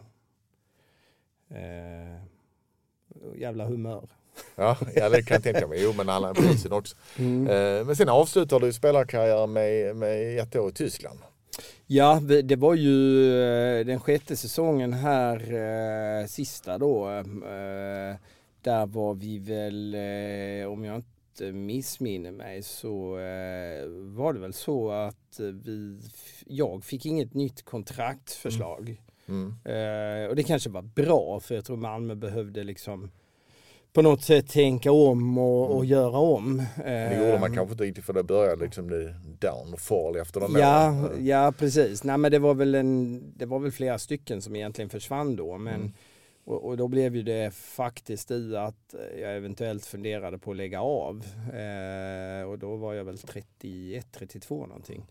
Jävla humör. Ja, det kan jag tänka mig. Jo, men alla polisen också. Men sen avslutar du spelarkarriär med 1 år i Tyskland. Ja, det var ju den 6:e säsongen här, sista då. Där var vi väl, om jag inte missminner mig, så var det väl så att jag fick inget nytt kontraktförslag. Och det kanske var bra, för jag tror Malmö behövde liksom på något sätt tänka om och göra om. Det gjorde man kanske inte riktigt för det började liksom bli downfall efter de åren. Ja, precis. Nej, men det var väl flera stycken som egentligen försvann då. Men, och då blev ju det faktiskt i att jag eventuellt funderade på att lägga av. Och då var jag väl 31-32 någonting.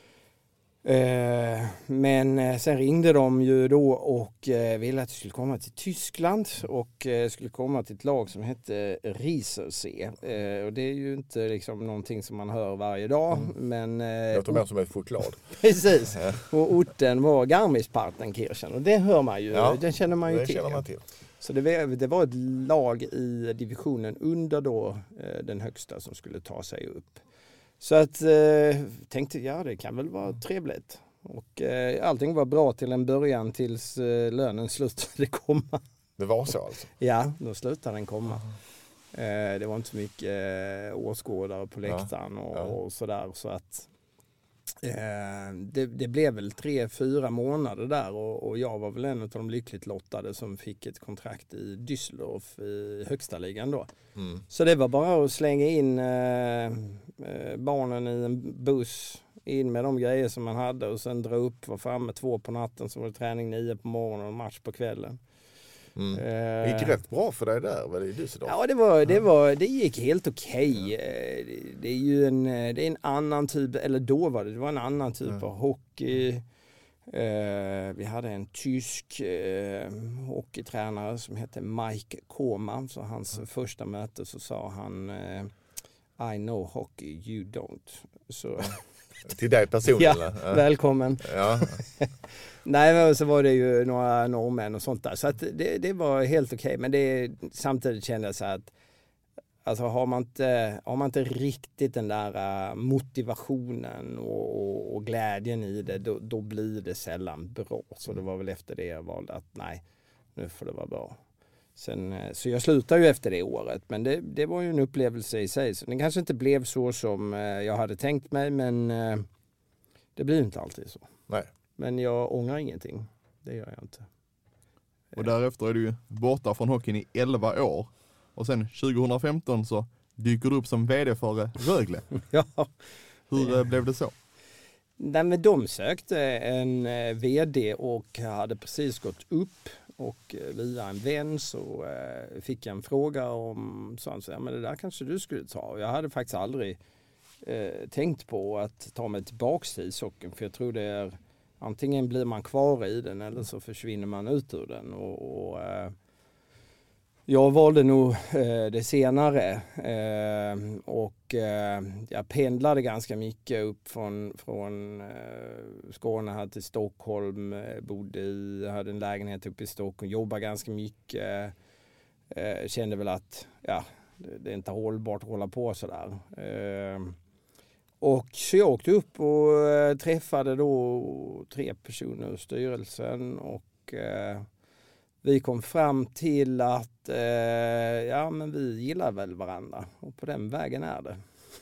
Men sen ringde de ju då och ville att jag skulle komma till Tyskland och skulle komma till ett lag som hette Riesersee. Och det är ju inte liksom någonting som man hör varje dag. Men, det låter mer som ett choklad. Precis. Och orten var Garmisch-Partenkirchen och det hör man ju, det känner man ju till. Känner man till. Så det var ett lag i divisionen under då den högsta som skulle ta sig upp. Så att tänkte det kan väl vara trevligt. Och allting var bra till en början tills lönen slutade komma. Det var så alltså? Ja, då slutade den komma. Det var inte så mycket åskådare på läktaren och sådär. Så att det blev väl 3-4 månader där och jag var väl en av de lyckligt lottade som fick ett kontrakt i Düsseldorf i högsta ligan då. Så det var bara att slänga in barnen i en buss, in med de grejer som man hade och sen dra upp, var framme 2 på natten, så var det träning 9 på morgonen och match på kvällen. Det gick rätt bra för dig där, var det i Düsseldorf? Ja, det gick helt okej. Det är ju en annan typ, eller då var det var en annan typ av hockey. Vi hade en tysk hockeytränare som hette Mike Koma, så hans första möte så sa han I know hockey, you don't. Så till dig personligen? Ja, välkommen. Ja. Nej, men så var det ju några norrmän och sånt där. Så att det var helt okej. Men samtidigt kände jag så att alltså har man inte riktigt den där motivationen och glädjen i det, då blir det sällan bra. Så det var väl efter det jag valde att nej, nu får det vara bra. Sen, så jag slutade ju efter det året, men det var ju en upplevelse i sig. Så det kanske inte blev så som jag hade tänkt mig, men det blir inte alltid så. Nej. Men jag ångrar ingenting, det gör jag inte. Och därefter är du borta från hockeyn i 11 år. Och sen 2015 så dyker du upp som vd för Rögle. Ja. Hur blev det så? Nej, men de sökte en vd och hade precis gått upp. Och via en vän så fick jag en fråga om, så han sa, men det där kanske du skulle ta. Och jag hade faktiskt aldrig tänkt på att ta mig tillbaka till ishockeyn. För jag tror det är, antingen blir man kvar i den eller så försvinner man ut ur den. Jag valde nog det senare och jag pendlade ganska mycket upp från Skåne här till Stockholm, hade en lägenhet uppe i Stockholm, jobbade ganska mycket, kände väl att det är inte hållbart att hålla på sådär. Och så jag åkte upp och träffade då 3 personer ur styrelsen och vi kom fram till att men vi gillar väl varandra och på den vägen är det.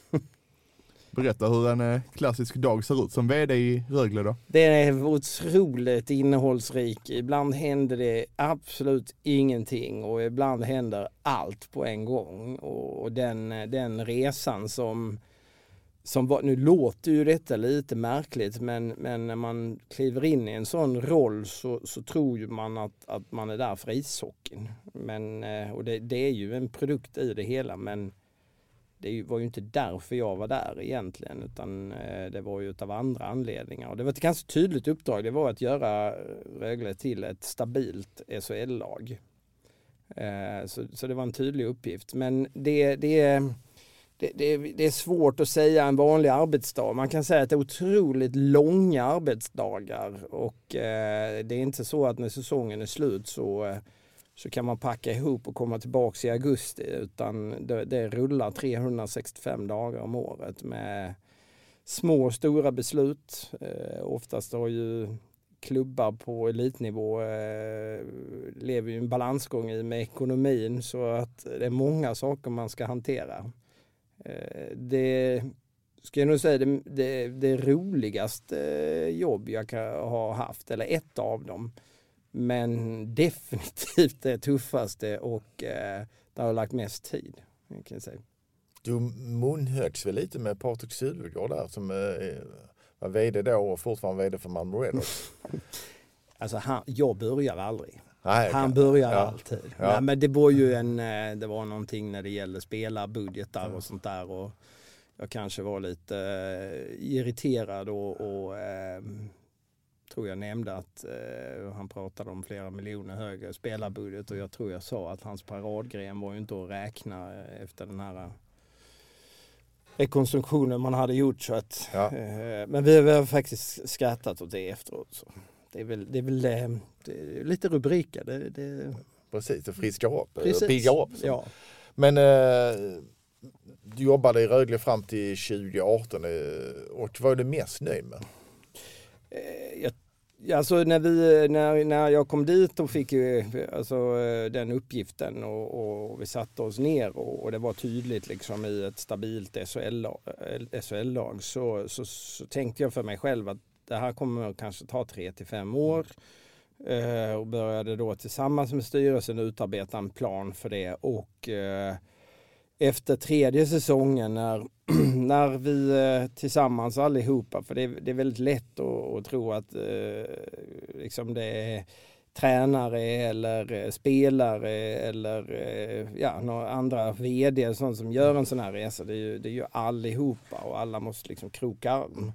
Berätta hur en klassisk dag ser ut som vd i Rögle då. Det är otroligt innehållsrik. Ibland händer det absolut ingenting och ibland händer allt på en gång. Och den resan som var, nu låter ju detta lite märkligt, men när man kliver in i en sån roll så tror ju man att man är där för ishockeyn. Och det är ju en produkt i det hela, men det var ju inte därför jag var där egentligen, utan det var ju av andra anledningar. Och det var ett ganska tydligt uppdrag, det var att göra Rögle till ett stabilt SHL-lag. Så det var en tydlig uppgift, men det är svårt att säga en vanlig arbetsdag. Man kan säga att det är otroligt långa arbetsdagar och det är inte så att när säsongen är slut så kan man packa ihop och komma tillbaka i augusti, utan det rullar 365 dagar om året med små och stora beslut. Oftast har ju klubbar på elitnivå lever ju en balansgång i med ekonomin, så att det är många saker man ska hantera. Det ska jag nog säga det roligaste jobb jag kan ha haft, eller ett av dem, men definitivt det tuffaste och där har lagt mest tid, kan jag säga. Du munhögs väl lite med Patrik Sylvegård där som var vd då och fortfarande vd för Malmö Redhawks. Alltså jag börjar aldrig. Nej, han börjar alltid. Ja. Nej, men det var ju det var någonting när det gällde spelarbudgetar och sånt där, och jag kanske var lite irriterad och tror jag nämnde att han pratade om flera miljoner högre spelarbudget, och jag tror jag sa att hans paradgren var ju inte att räkna efter den här rekonstruktionen man hade gjort, så att men vi har faktiskt skrattat åt det efteråt, så det är väl lite rubriker. Precis, det friskar upp. Precis. Piggar upp. Så. Ja. Men du jobbade i Rögle fram till 2018 och vad är du mest nöjd med? Alltså när jag kom dit och fick den uppgiften och vi satte oss ner och det var tydligt liksom i ett stabilt SHL-lag så tänkte jag för mig själv att det här kommer kanske ta 3 till 5 år, och började då tillsammans med styrelsen utarbeta en plan för det, och efter 3:e säsongen när vi tillsammans allihopa, för det är väldigt lätt att tro att liksom det är tränare eller spelare eller några andra vd sånt som gör en sån här resa. Det är ju allihopa och alla måste liksom kroka arm.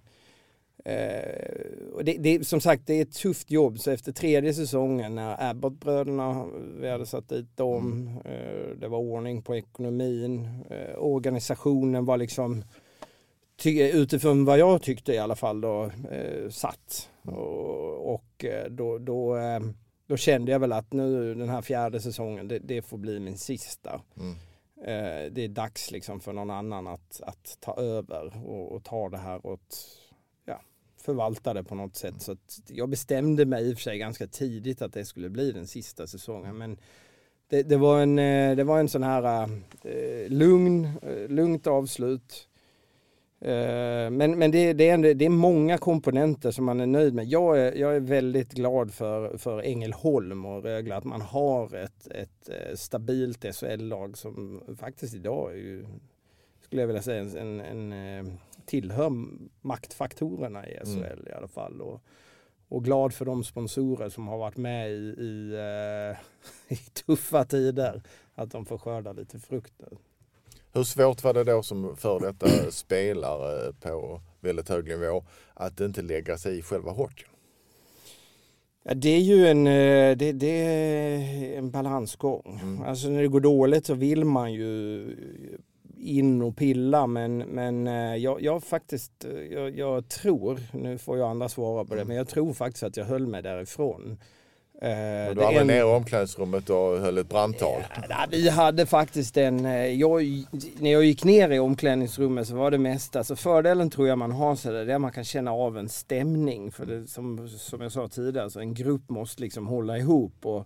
Och det som sagt, det är ett tufft jobb, så efter 3:e säsongen när Abbott-bröderna, vi hade satt dit dem, det var ordning på ekonomin, organisationen var liksom utifrån vad jag tyckte i alla fall då satt, och då kände jag väl att nu den här 4:e säsongen det får bli min sista. Det är dags liksom för någon annan att ta över och ta det här och förvalta det på något sätt. Så att jag bestämde mig i och för sig ganska tidigt att det skulle bli den sista säsongen, men det var en sån här lugnt avslut. Men det är många komponenter som man är nöjd med. Jag är väldigt glad för Ängelholm och Rögle, att man har ett stabilt SHL-lag som faktiskt idag är ju, skulle jag vilja säga, en tillhör maktfaktorerna i SHL i alla fall, och glad för de sponsorer som har varit med i tuffa tider, att de får skörda lite frukter. Hur svårt var det då som för detta spelare på väldigt hög nivå att inte lägga sig i själva hockeyn? Ja, det är ju det är en balansgång. Alltså när det går dåligt så vill man ju in och pilla, men jag faktiskt, jag tror, nu får jag andra svara på det, men jag tror faktiskt att jag höll mig därifrån. Du var nere i omklädningsrummet och höll ett brandtal. Ja, vi hade faktiskt när jag gick ner i omklädningsrummet så var det mest, alltså fördelen tror jag man har så där man kan känna av en stämning, för det, som jag sa tidigare, så en grupp måste liksom hålla ihop, och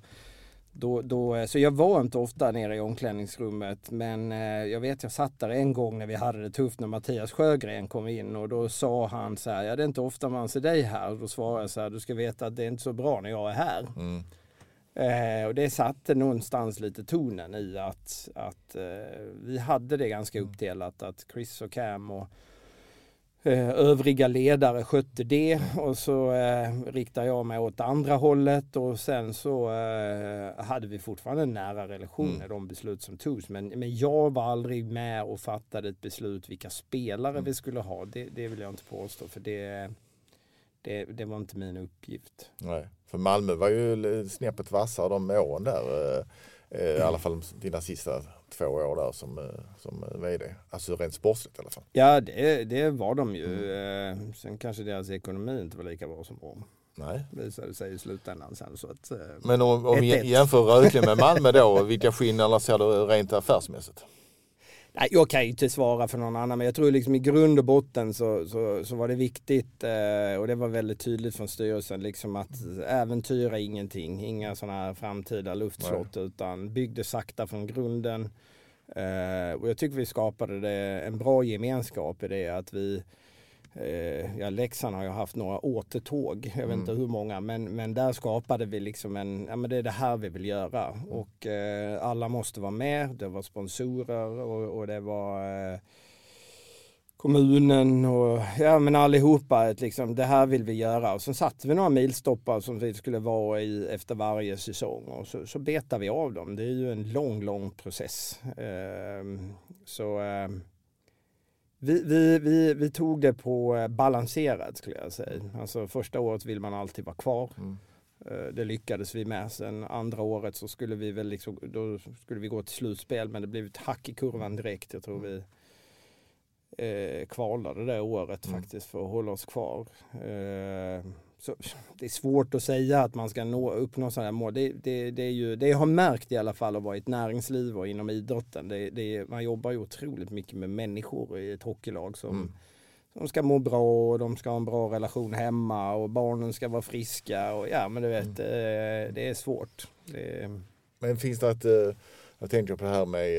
så jag var inte ofta nere i omklädningsrummet, men jag vet jag satt där en gång när vi hade det tufft när Mattias Sjögren kom in, och då sa han så här: ja, det är inte ofta man ser dig här, och då svarade jag så här: du ska veta att det är inte så bra när jag är här. Och det satte någonstans lite tonen i att vi hade det ganska uppdelat, att Chris och Cam och övriga ledare skötte det, och så riktade jag mig åt andra hållet, och sen så hade vi fortfarande en nära relation i de beslut som togs, men jag var aldrig med och fattade ett beslut vilka spelare vi skulle ha. Det vill jag inte påstå, för det var inte min uppgift. Nej, för Malmö var ju snäppet vassare de åren där, i alla fall dina sista 2 år där som vd. Alltså rent sportsligt i alla fall. Ja, det var de ju. Sen kanske deras ekonomi inte var lika bra som bra. Nej. Visade sig i slutändan sen. Så att, men om vi jämför Rögle med Malmö då, vilka skillnader ser du rent affärsmässigt? Nej, jag kan ju inte svara för någon annan, men jag tror liksom i grund och botten så var det viktigt, och det var väldigt tydligt från styrelsen liksom, att äventyra ingenting, inga sådana här framtida luftslott, utan byggde sakta från grunden. Och jag tycker vi skapade en bra gemenskap i det, att vi Leksand har ju haft några återtåg, jag vet inte hur många, men där skapade vi liksom men det är det här vi vill göra, och alla måste vara med. Det var sponsorer och det var kommunen och men allihopa, liksom, det här vill vi göra, och så satte vi några milstoppar som vi skulle vara i efter varje säsong, och så betar vi av dem. Det är ju en lång process. Vi tog det på balanserat, skulle jag säga. Alltså första året vill man alltid vara kvar. Det lyckades vi med. Sen andra året så skulle vi väl liksom, då skulle vi gå till slutspel, men det blev ett hack i kurvan direkt. Jag tror vi kvalade det året faktiskt för att hålla oss kvar. Så det är svårt att säga att man ska uppnå sådana här mål. Det jag har märkt i alla fall att vara i ett näringsliv och inom idrotten. Man jobbar ju otroligt mycket med människor i ett hockeylag som ska må bra, och de ska ha en bra relation hemma, och barnen ska vara friska, och men du vet, det är svårt. Men finns det jag tänker på det här med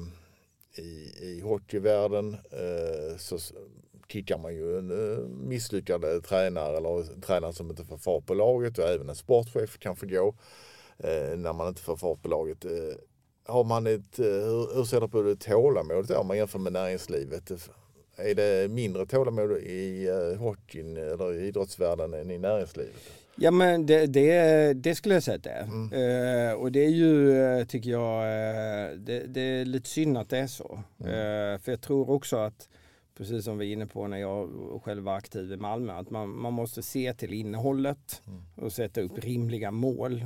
i hockeyvärlden, så kickar man ju en misslyckad tränare, eller tränare som inte får fart på laget, och även en sportchef kan få gå när man inte får fart på laget. Har man hur ser det på det tålamodet om man jämför med näringslivet? Är det mindre tålamod i hockeyn eller i idrottsvärlden än i näringslivet? Ja, men det skulle jag säga att det är. Och det är ju, tycker jag, det är lite synd att det är så. För jag tror också att, precis som vi är inne på när jag själv var aktiv i Malmö, att man måste se till innehållet och sätta upp rimliga mål.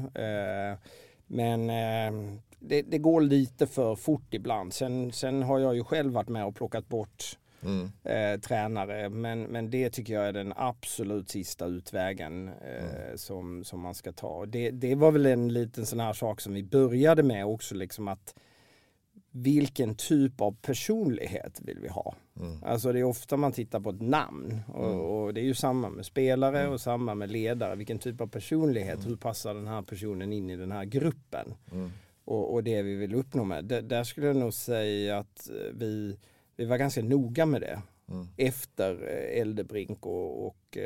Men det går lite för fort ibland. Sen har jag ju själv varit med och plockat bort tränare, men det tycker jag är den absolut sista utvägen som man ska ta. Det var väl en liten sån här sak som vi började med också, liksom, att vilken typ av personlighet vill vi ha? Alltså det är ofta man tittar på ett namn, och det är ju samma med spelare och samma med ledare. Vilken typ av personlighet, hur passar den här personen in i den här gruppen? Och det vi vill uppnå med. Där skulle jag nog säga att vi var ganska noga med det. Efter Eldebrink och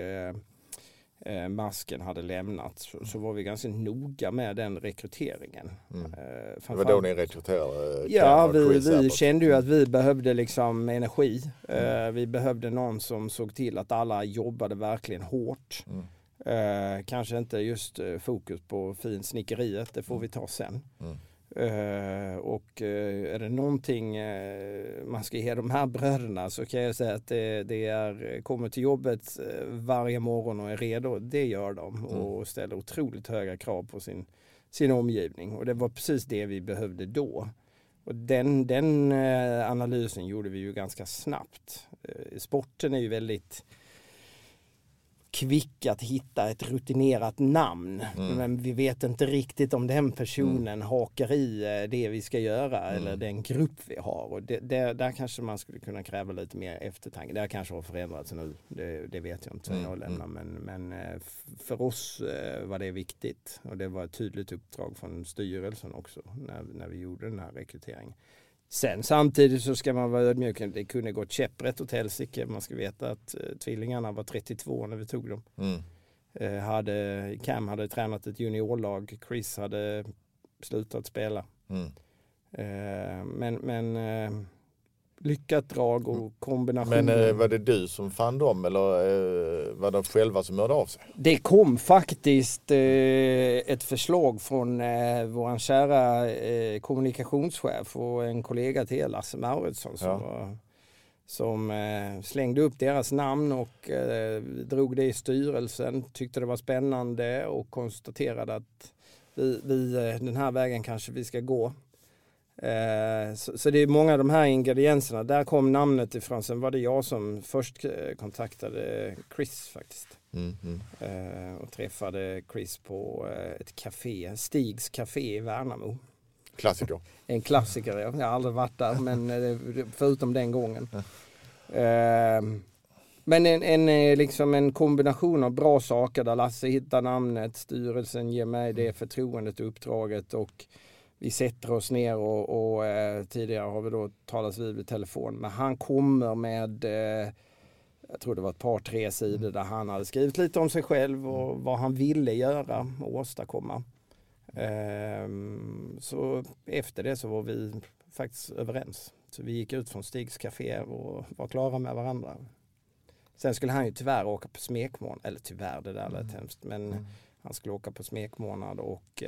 Masken hade lämnat, så var vi ganska noga med den rekryteringen. Det var då ni rekryterade? Ja, vi kände ju att vi behövde liksom energi. Vi behövde någon som såg till att alla jobbade verkligen hårt. Kanske inte just fokus på finsnickeriet, det får vi ta sen. Och är det någonting man ska ge de här bröderna, så kan jag säga att det kommer till jobbet varje morgon och är redo. Det gör de och ställer otroligt höga krav på sin omgivning. Och det var precis det vi behövde då. Och den analysen gjorde vi ju ganska snabbt. Sporten är ju väldigt kvick att hitta ett rutinerat namn. Men vi vet inte riktigt om den personen hakar i det vi ska göra eller den grupp vi har. Och där kanske man skulle kunna kräva lite mer eftertanke. Det kanske har förändrats nu. Det vet jag inte sen jag lämnar. Men för oss var det viktigt. Och det var ett tydligt uppdrag från styrelsen också när vi gjorde den här rekryteringen. Sen samtidigt så ska man vara ödmjuk. Det kunde gått käpprätt åt helsike. Man ska veta att tvillingarna var 32 när vi tog dem. Cam hade tränat ett juniorlag. Chris hade slutat spela. Men lyckat drag och kombination. Men var det du som fann dem eller var de själva som hörde av sig? Det kom faktiskt ett förslag från vår kära kommunikationschef och en kollega till, Lasse Mauritsson, som slängde upp deras namn och drog det i styrelsen. Tyckte det var spännande och konstaterade att den här vägen kanske vi ska gå. Så det är många av de här ingredienserna. Där kom namnet ifrån. Sen var det jag som först kontaktade Chris faktiskt. Och träffade Chris på ett café, Stigs café i Värnamo. Klassiker. En klassiker, jag har aldrig varit där, men förutom den gången. Men liksom en kombination av bra saker där Lasse hittar namnet, styrelsen ger mig det förtroendet och uppdraget och vi sätter oss ner och tidigare har vi då talats vid telefon. Men han kommer med, jag tror det var ett par 3 sidor där han hade skrivit lite om sig själv och vad han ville göra och åstadkomma. Så efter det så var vi faktiskt överens. Så vi gick ut från Stigs café och var klara med varandra. Sen skulle han ju tyvärr åka på smekmånad, eller tyvärr, det där lät hemskt, men han skulle åka på smekmånad och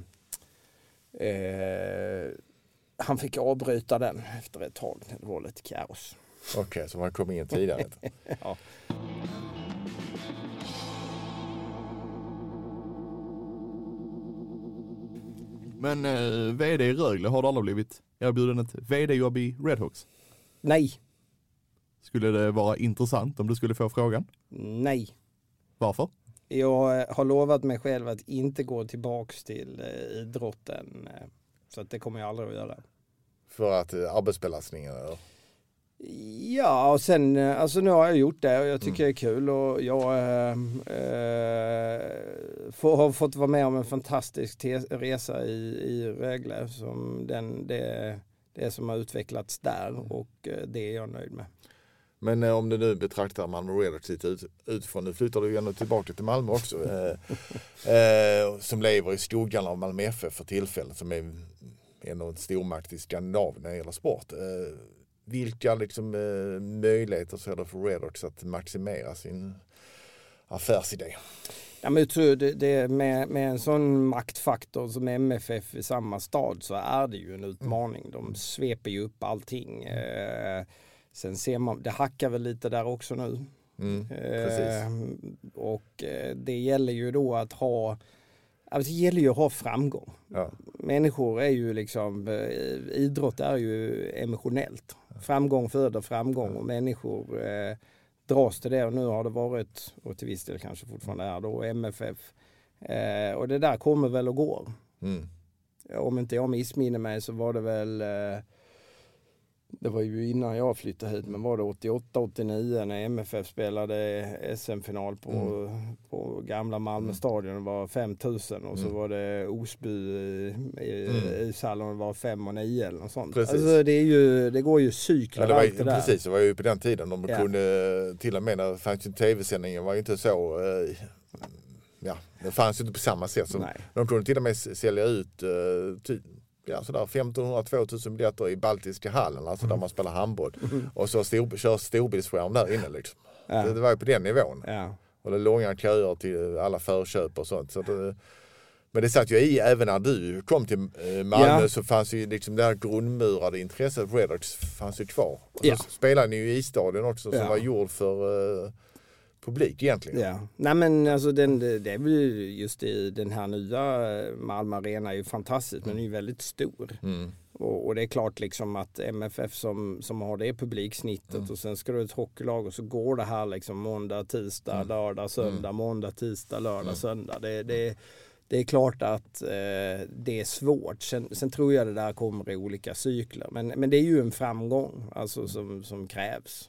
han fick avbryta den efter ett tag. Det var lite kaos. Okej, så man kom in tidigare. Ja. Men vd i Rögle, har du aldrig blivit erbjuden ett vd-jobb i Redhawks? Nej. Skulle det vara intressant om du skulle få frågan? Nej. Varför? Jag har lovat mig själv att inte gå tillbaks till idrotten. Så att det kommer jag aldrig att göra. För att arbetsbelastningen eller? Ja, och sen, alltså nu har jag gjort det och jag tycker det är kul och jag har fått vara med om en fantastisk resa i Rögle som det som har utvecklats där och det är jag nöjd med. Men om du nu betraktar Malmö Redhawks utifrån, nu flyttar du ju ändå tillbaka till Malmö också, som lever i skuggan av Malmö FF för tillfället, som är en stormakt i Skandinavien när det gäller sport. Vilka liksom, möjligheter ser du för Redhawks att maximera sin affärsidé? Ja, men jag tror det med en sån maktfaktor som MFF i samma stad så är det ju en utmaning. De sveper ju upp allting. Sen ser man, det hackar väl lite där också nu. Och det gäller ju då att ha, alltså det gäller ju att ha framgång. Ja. Människor är ju liksom, idrott är ju emotionellt. Framgång föder framgång och människor dras till det och nu har det varit, och till viss del kanske fortfarande är då, MFF. Och det där kommer väl och går. Om inte jag missminner mig så var det väl, det var ju innan jag flyttade hit, men var det 88-89 när MFF spelade SM-final på gamla Malmö stadion, det var 5000 och så var det Osby i salon, det var 5 och 9 eller något sånt. Alltså det går ju cyklar allt det där. Precis, det var ju på den tiden de kunde, till och med när fanns ju tv-sändningen var ju inte så, det fanns ju inte på samma sätt. Så de kunde till och med sälja ut sådär 1500-2000 biljetter i Baltiska hallen, alltså där man spelar handboll. Och så kör storbildsskärm där inne liksom. Det var ju på den nivån. Och det är långa köer till alla förköp och sånt. Så Men det satt ju i, även när du kom till Malmö så fanns ju liksom det här grundmurade intresset för Red Hawks fanns ju kvar. Och så spelade ni ju i Isstadion också som var gjord för publik egentligen. Ja, nej men alltså det är väl just i den här nya Malmö Arena är ju fantastiskt, men den är ju väldigt stor. Och det är klart liksom att MFF som har det publiksnittet och sen ska du ett hockeylag och så går det här liksom måndag, tisdag, lördag, söndag, måndag, tisdag, lördag, söndag. Det är klart att det är svårt. Sen tror jag det där kommer i olika cykler. Men det är ju en framgång alltså, som krävs.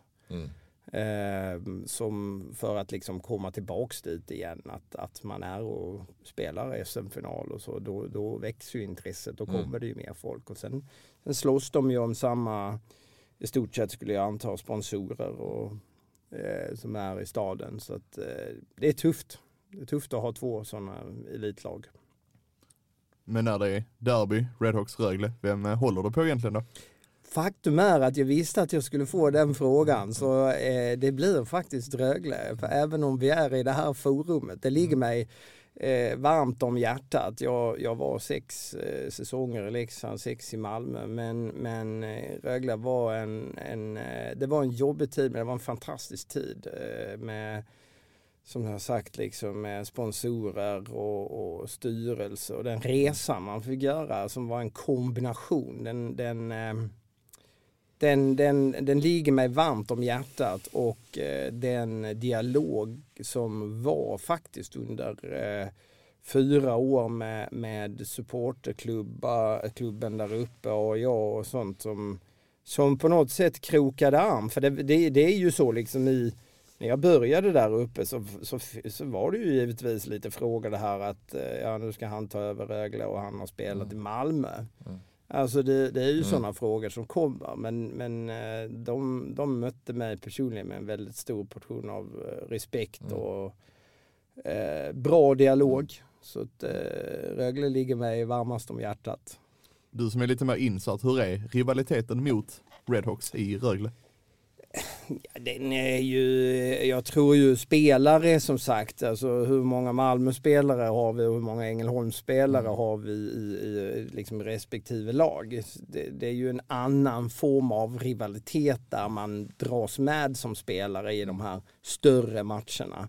Som för att liksom komma tillbaks dit igen. Att man är och spelar SM-final och så. Då växer ju intresset. Då kommer det ju mer folk. Och sen slåss de ju om samma, i stort sett skulle jag anta, sponsorer och, som är i staden. Så att det är tufft. Det är tufft att ha 2 sådana elitlag. Men när det är derby, Red Hawks Rögle, vem håller du på egentligen då? Faktum är att jag visste att jag skulle få den frågan, så det blir faktiskt Rögle. För även om vi är i det här forumet, det ligger mig varmt om hjärtat. Jag var 6 säsonger i Leksand, 6 i Malmö, men Rögle var det var en jobbig tid, men det var en fantastisk tid med, som jag har sagt, liksom med sponsorer och styrelse och den resan man fick göra som var en kombination. Den ligger mig varmt om hjärtat, och den dialog som var faktiskt under 4 år med supporterklubben där uppe och jag och sånt som på något sätt krokade arm. För det är ju så liksom när jag började där uppe så var det ju givetvis lite fråga det här att nu ska han ta över Rögle och han har spelat i Malmö. Alltså det är ju sådana frågor som kommer, men de mötte mig personligen med en väldigt stor portion av respekt och bra dialog. Så att Rögle ligger mig varmast om hjärtat. Du som är lite mer insatt, hur är rivaliteten mot Red Hawks i Rögle? Ja, den är ju, jag tror ju spelare som sagt, alltså hur många Malmö-spelare har vi och hur många Ängelholm-spelare har vi i liksom respektive lag. Det är ju en annan form av rivalitet där man dras med som spelare i de här större matcherna.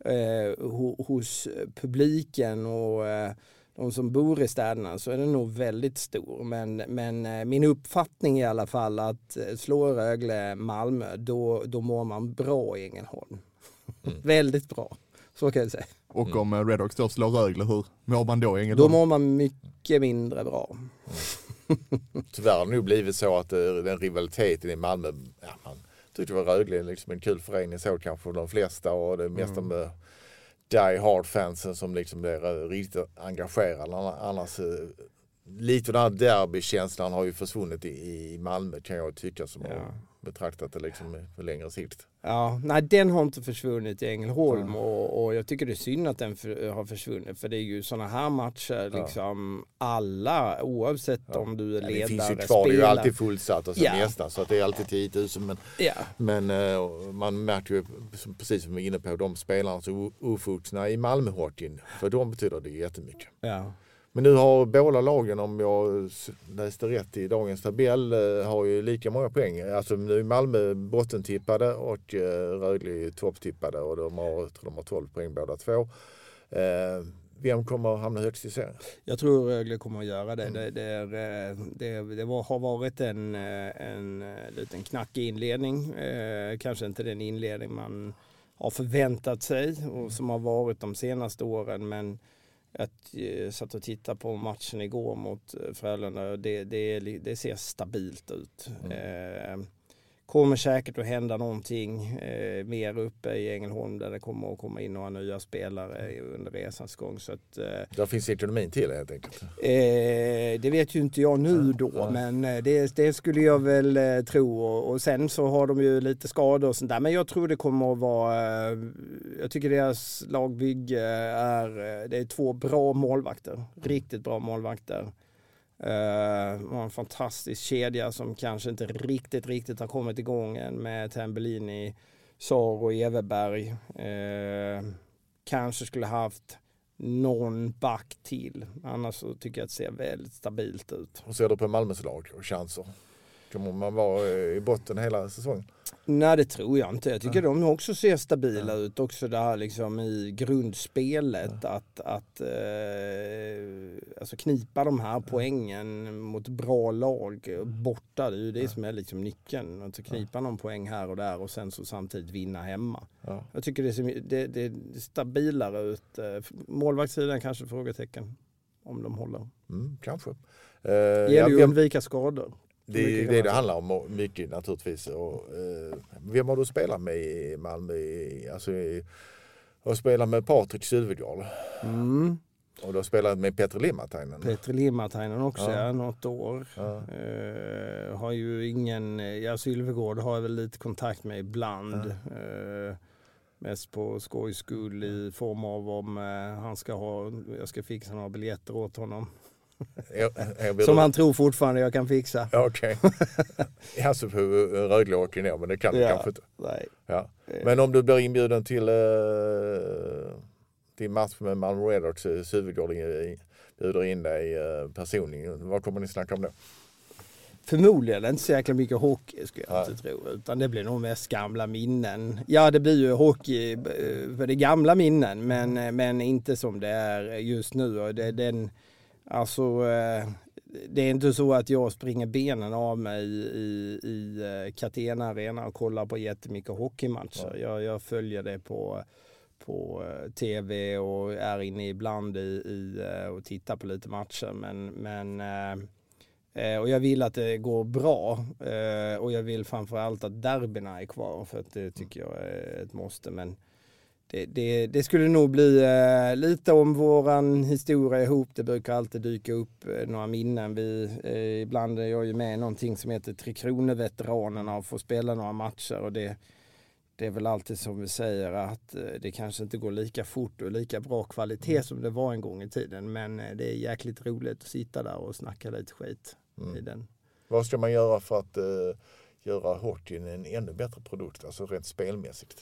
Hos publiken och de som bor i städerna så är den nog väldigt stor. Men min uppfattning är i alla fall att slå Rögle Malmö, då mår man bra i Ängelholm. Väldigt bra, så kan jag säga. Och om Red Hawks då slår Rögle, hur mår man då i Ängelholm? Då mår man mycket mindre bra. Tyvärr har det nog blivit så att den rivaliteten i Malmö, man tyckte det var Rögle liksom en kul förening, så kanske de flesta, och det mesta med die hard fansen som liksom är riktigt engagerade. Annars lite av den här derbykänslan har ju försvunnit i Malmö, kan jag tycka, som har betraktat det liksom på längre sikt. Ja, nej, den har inte försvunnit i Ängelholm och jag tycker det är synd att den har försvunnit, för det är ju såna här matcher liksom alla, oavsett om du är ledare, det finns ju kvar, det är ju alltid fullsatt och så nästan, så att det är alltid 10 000, men man märker ju, precis som vi är inne på, de spelarna så ofutsna i Malmö-hockeyn, för de betyder det jättemycket. Ja. Men nu har båda lagen, om jag läste rätt i dagens tabell, har ju lika många poäng. Alltså nu är Malmö bottentippade och Rögle topptippade, och de har 12 poäng båda två. Vem kommer att hamna högst i serien? Jag tror Rögle kommer att göra det. Det har varit en liten knackig inledning. Kanske inte den inledning man har förväntat sig och som har varit de senaste åren, men jag satt och tittade på matchen igår mot Frölunda. Det ser stabilt ut. Kommer säkert att hända någonting mer uppe i Ängelholm, där det kommer att komma in några nya spelare under resans gång. Så att, där finns ekonomin till helt enkelt. Det vet ju inte jag nu då, men det skulle jag väl tro. Och sen så har de ju lite skador och sånt där. Men jag tror det kommer att vara, jag tycker deras lagbygge det är 2 bra målvakter. Riktigt bra målvakter. En fantastisk kedja som kanske inte riktigt har kommit igång än, med Tambellini, Sar och Everberg. Kanske skulle haft någon back till. Annars så tycker jag att det ser väldigt stabilt ut. Och ser du på Malmös lag och chanser? Kommer man vara i botten hela säsongen? Nej, det tror jag inte. Jag tycker de också ser stabila ut. Också där liksom i grundspelet. Att alltså knipa de här poängen mot bra lag borta. Det är ju det som är liksom nyckeln. Att knipa någon poäng här och där och sen så samtidigt vinna hemma. Ja. Jag tycker det är stabilare ut. Målvaktssidan kanske frågetecken om de håller. Kanske. Gäller ju att undvika skador. Det är det handlar om mycket naturligtvis. Och, vem har du spelat med i Malmö? Jag har spelat med Patrik Sylvegård. Och du har spelat med Petri Limatainen. Petri Limatainen också, något år. Ja. Har ju ingen... Sylvegård har jag väl lite kontakt med ibland. Mest på skojs skull i form av om jag ska fixa några biljetter åt honom. Som han tror fortfarande jag kan fixa. Okej. Alltså på Rögle ner, men det kan du kanske inte. Nej. Ja. Men om du blir inbjuden till match med Malmö Redhawks, Sylvegård bjuder in dig personligen. Vad kommer ni snacka om då? Förmodligen inte så jäkla mycket hockey skulle jag inte tro. Utan det blir nog mest gamla minnen. Ja, det blir ju hockey för det gamla minnen. Men inte som det är just nu. Det är inte så att jag springer benen av mig i Catena Arena och kollar på jättemycket hockeymatcher. Jag följer det på tv och är inne ibland och tittar på lite matcher. Och jag vill att det går bra. Och jag vill framförallt att derbyna är kvar, för att det tycker jag är ett måste. Men det skulle nog bli lite om våran historia ihop. Det brukar alltid dyka upp några minnen. Ibland är jag ju med i någonting som heter Tre Kronor-veteranerna och får spela några matcher. Och det är väl alltid som vi säger att det kanske inte går lika fort och lika bra kvalitet som det var en gång i tiden. Men det är jäkligt roligt att sitta där och snacka lite skit i den. Vad ska man göra för att göra hockeyn en ännu bättre produkt, alltså rent spelmässigt?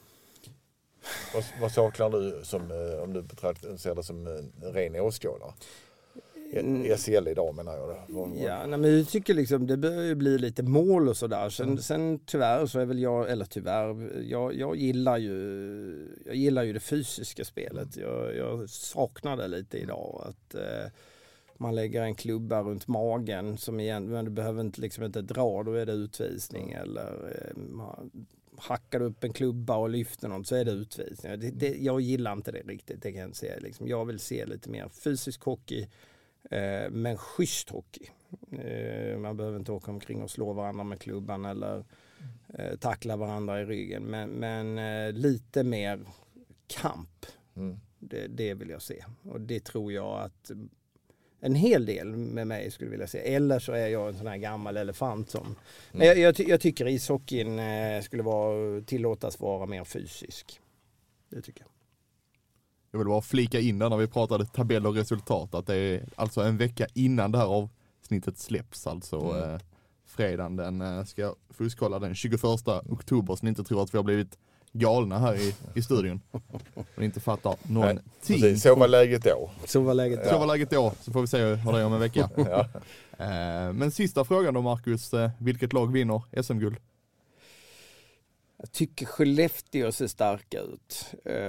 Vad saknar du om du ser det som en ren åskådare? SL idag menar jag det. Ja, men jag tycker liksom det börjar ju bli lite mål och sådär. Sen tyvärr så är väl jag gillar ju det fysiska spelet. Jag saknar det lite idag. Att man lägger en klubba runt magen men du behöver inte dra, då är det utvisning. Eller hackar upp en klubba och lyfter något så är det utvisning. Jag gillar inte det riktigt, det kan jag säga. Liksom, jag vill se lite mer fysisk hockey, men schysst hockey. Man behöver inte åka omkring och slå varandra med klubban eller tackla varandra i ryggen. Men lite mer kamp. Det vill jag se. Och det tror jag att en hel del med mig skulle vilja se. Eller så är jag en sån här gammal elefant som... Jag tycker ishockeyn skulle tillåtas vara mer fysisk. Det tycker jag. Jag vill bara flika in där när vi pratade tabell och resultat. Att det är alltså en vecka innan det här avsnittet släpps. Alltså fredagen ska jag fuskkolla den 21 oktober. Så ni inte tror att vi har blivit galna här i studion. Och inte fattar någonting. Så var läget då. Så var läget då. Så får vi se hur det är om en vecka. Men sista frågan då, Marcus. Vilket lag vinner SM-guld? Jag tycker Skellefteå ser starka ut.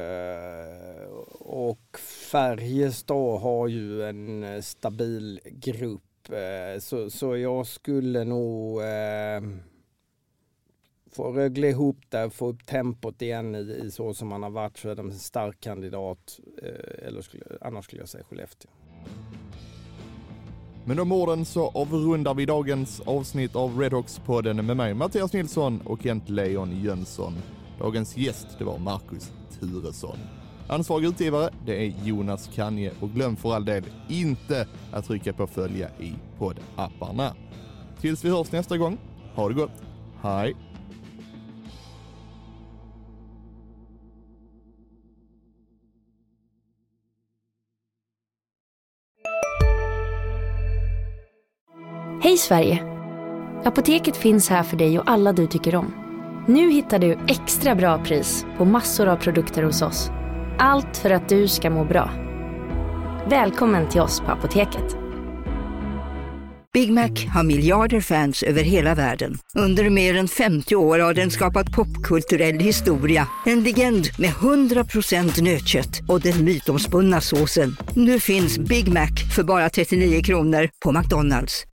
Och Färjestad har ju en stabil grupp. Så jag skulle nog... få Rögle ihop där, få upp tempot igen i så som man har varit, så är de en stark kandidat. Annars skulle jag säga Skellefteå. Men de orden så avrundar vi dagens avsnitt av Redhawks-podden med mig, Mattias Nilsson, och Kent Leon Jönsson. Dagens gäst, det var Marcus Turesson. Ansvarig utgivare, det är Jonas Kanje, och glöm för all del inte att trycka på följa i poddapparna. Tills vi hörs nästa gång, ha det gott, hej! Hej Sverige! Apoteket finns här för dig och alla du tycker om. Nu hittar du extra bra pris på massor av produkter hos oss. Allt för att du ska må bra. Välkommen till oss på Apoteket. Big Mac har miljarder fans över hela världen. Under mer än 50 år har den skapat popkulturell historia. En legend med 100% nötkött och den mytomspunna såsen. Nu finns Big Mac för bara 39 kronor på McDonalds.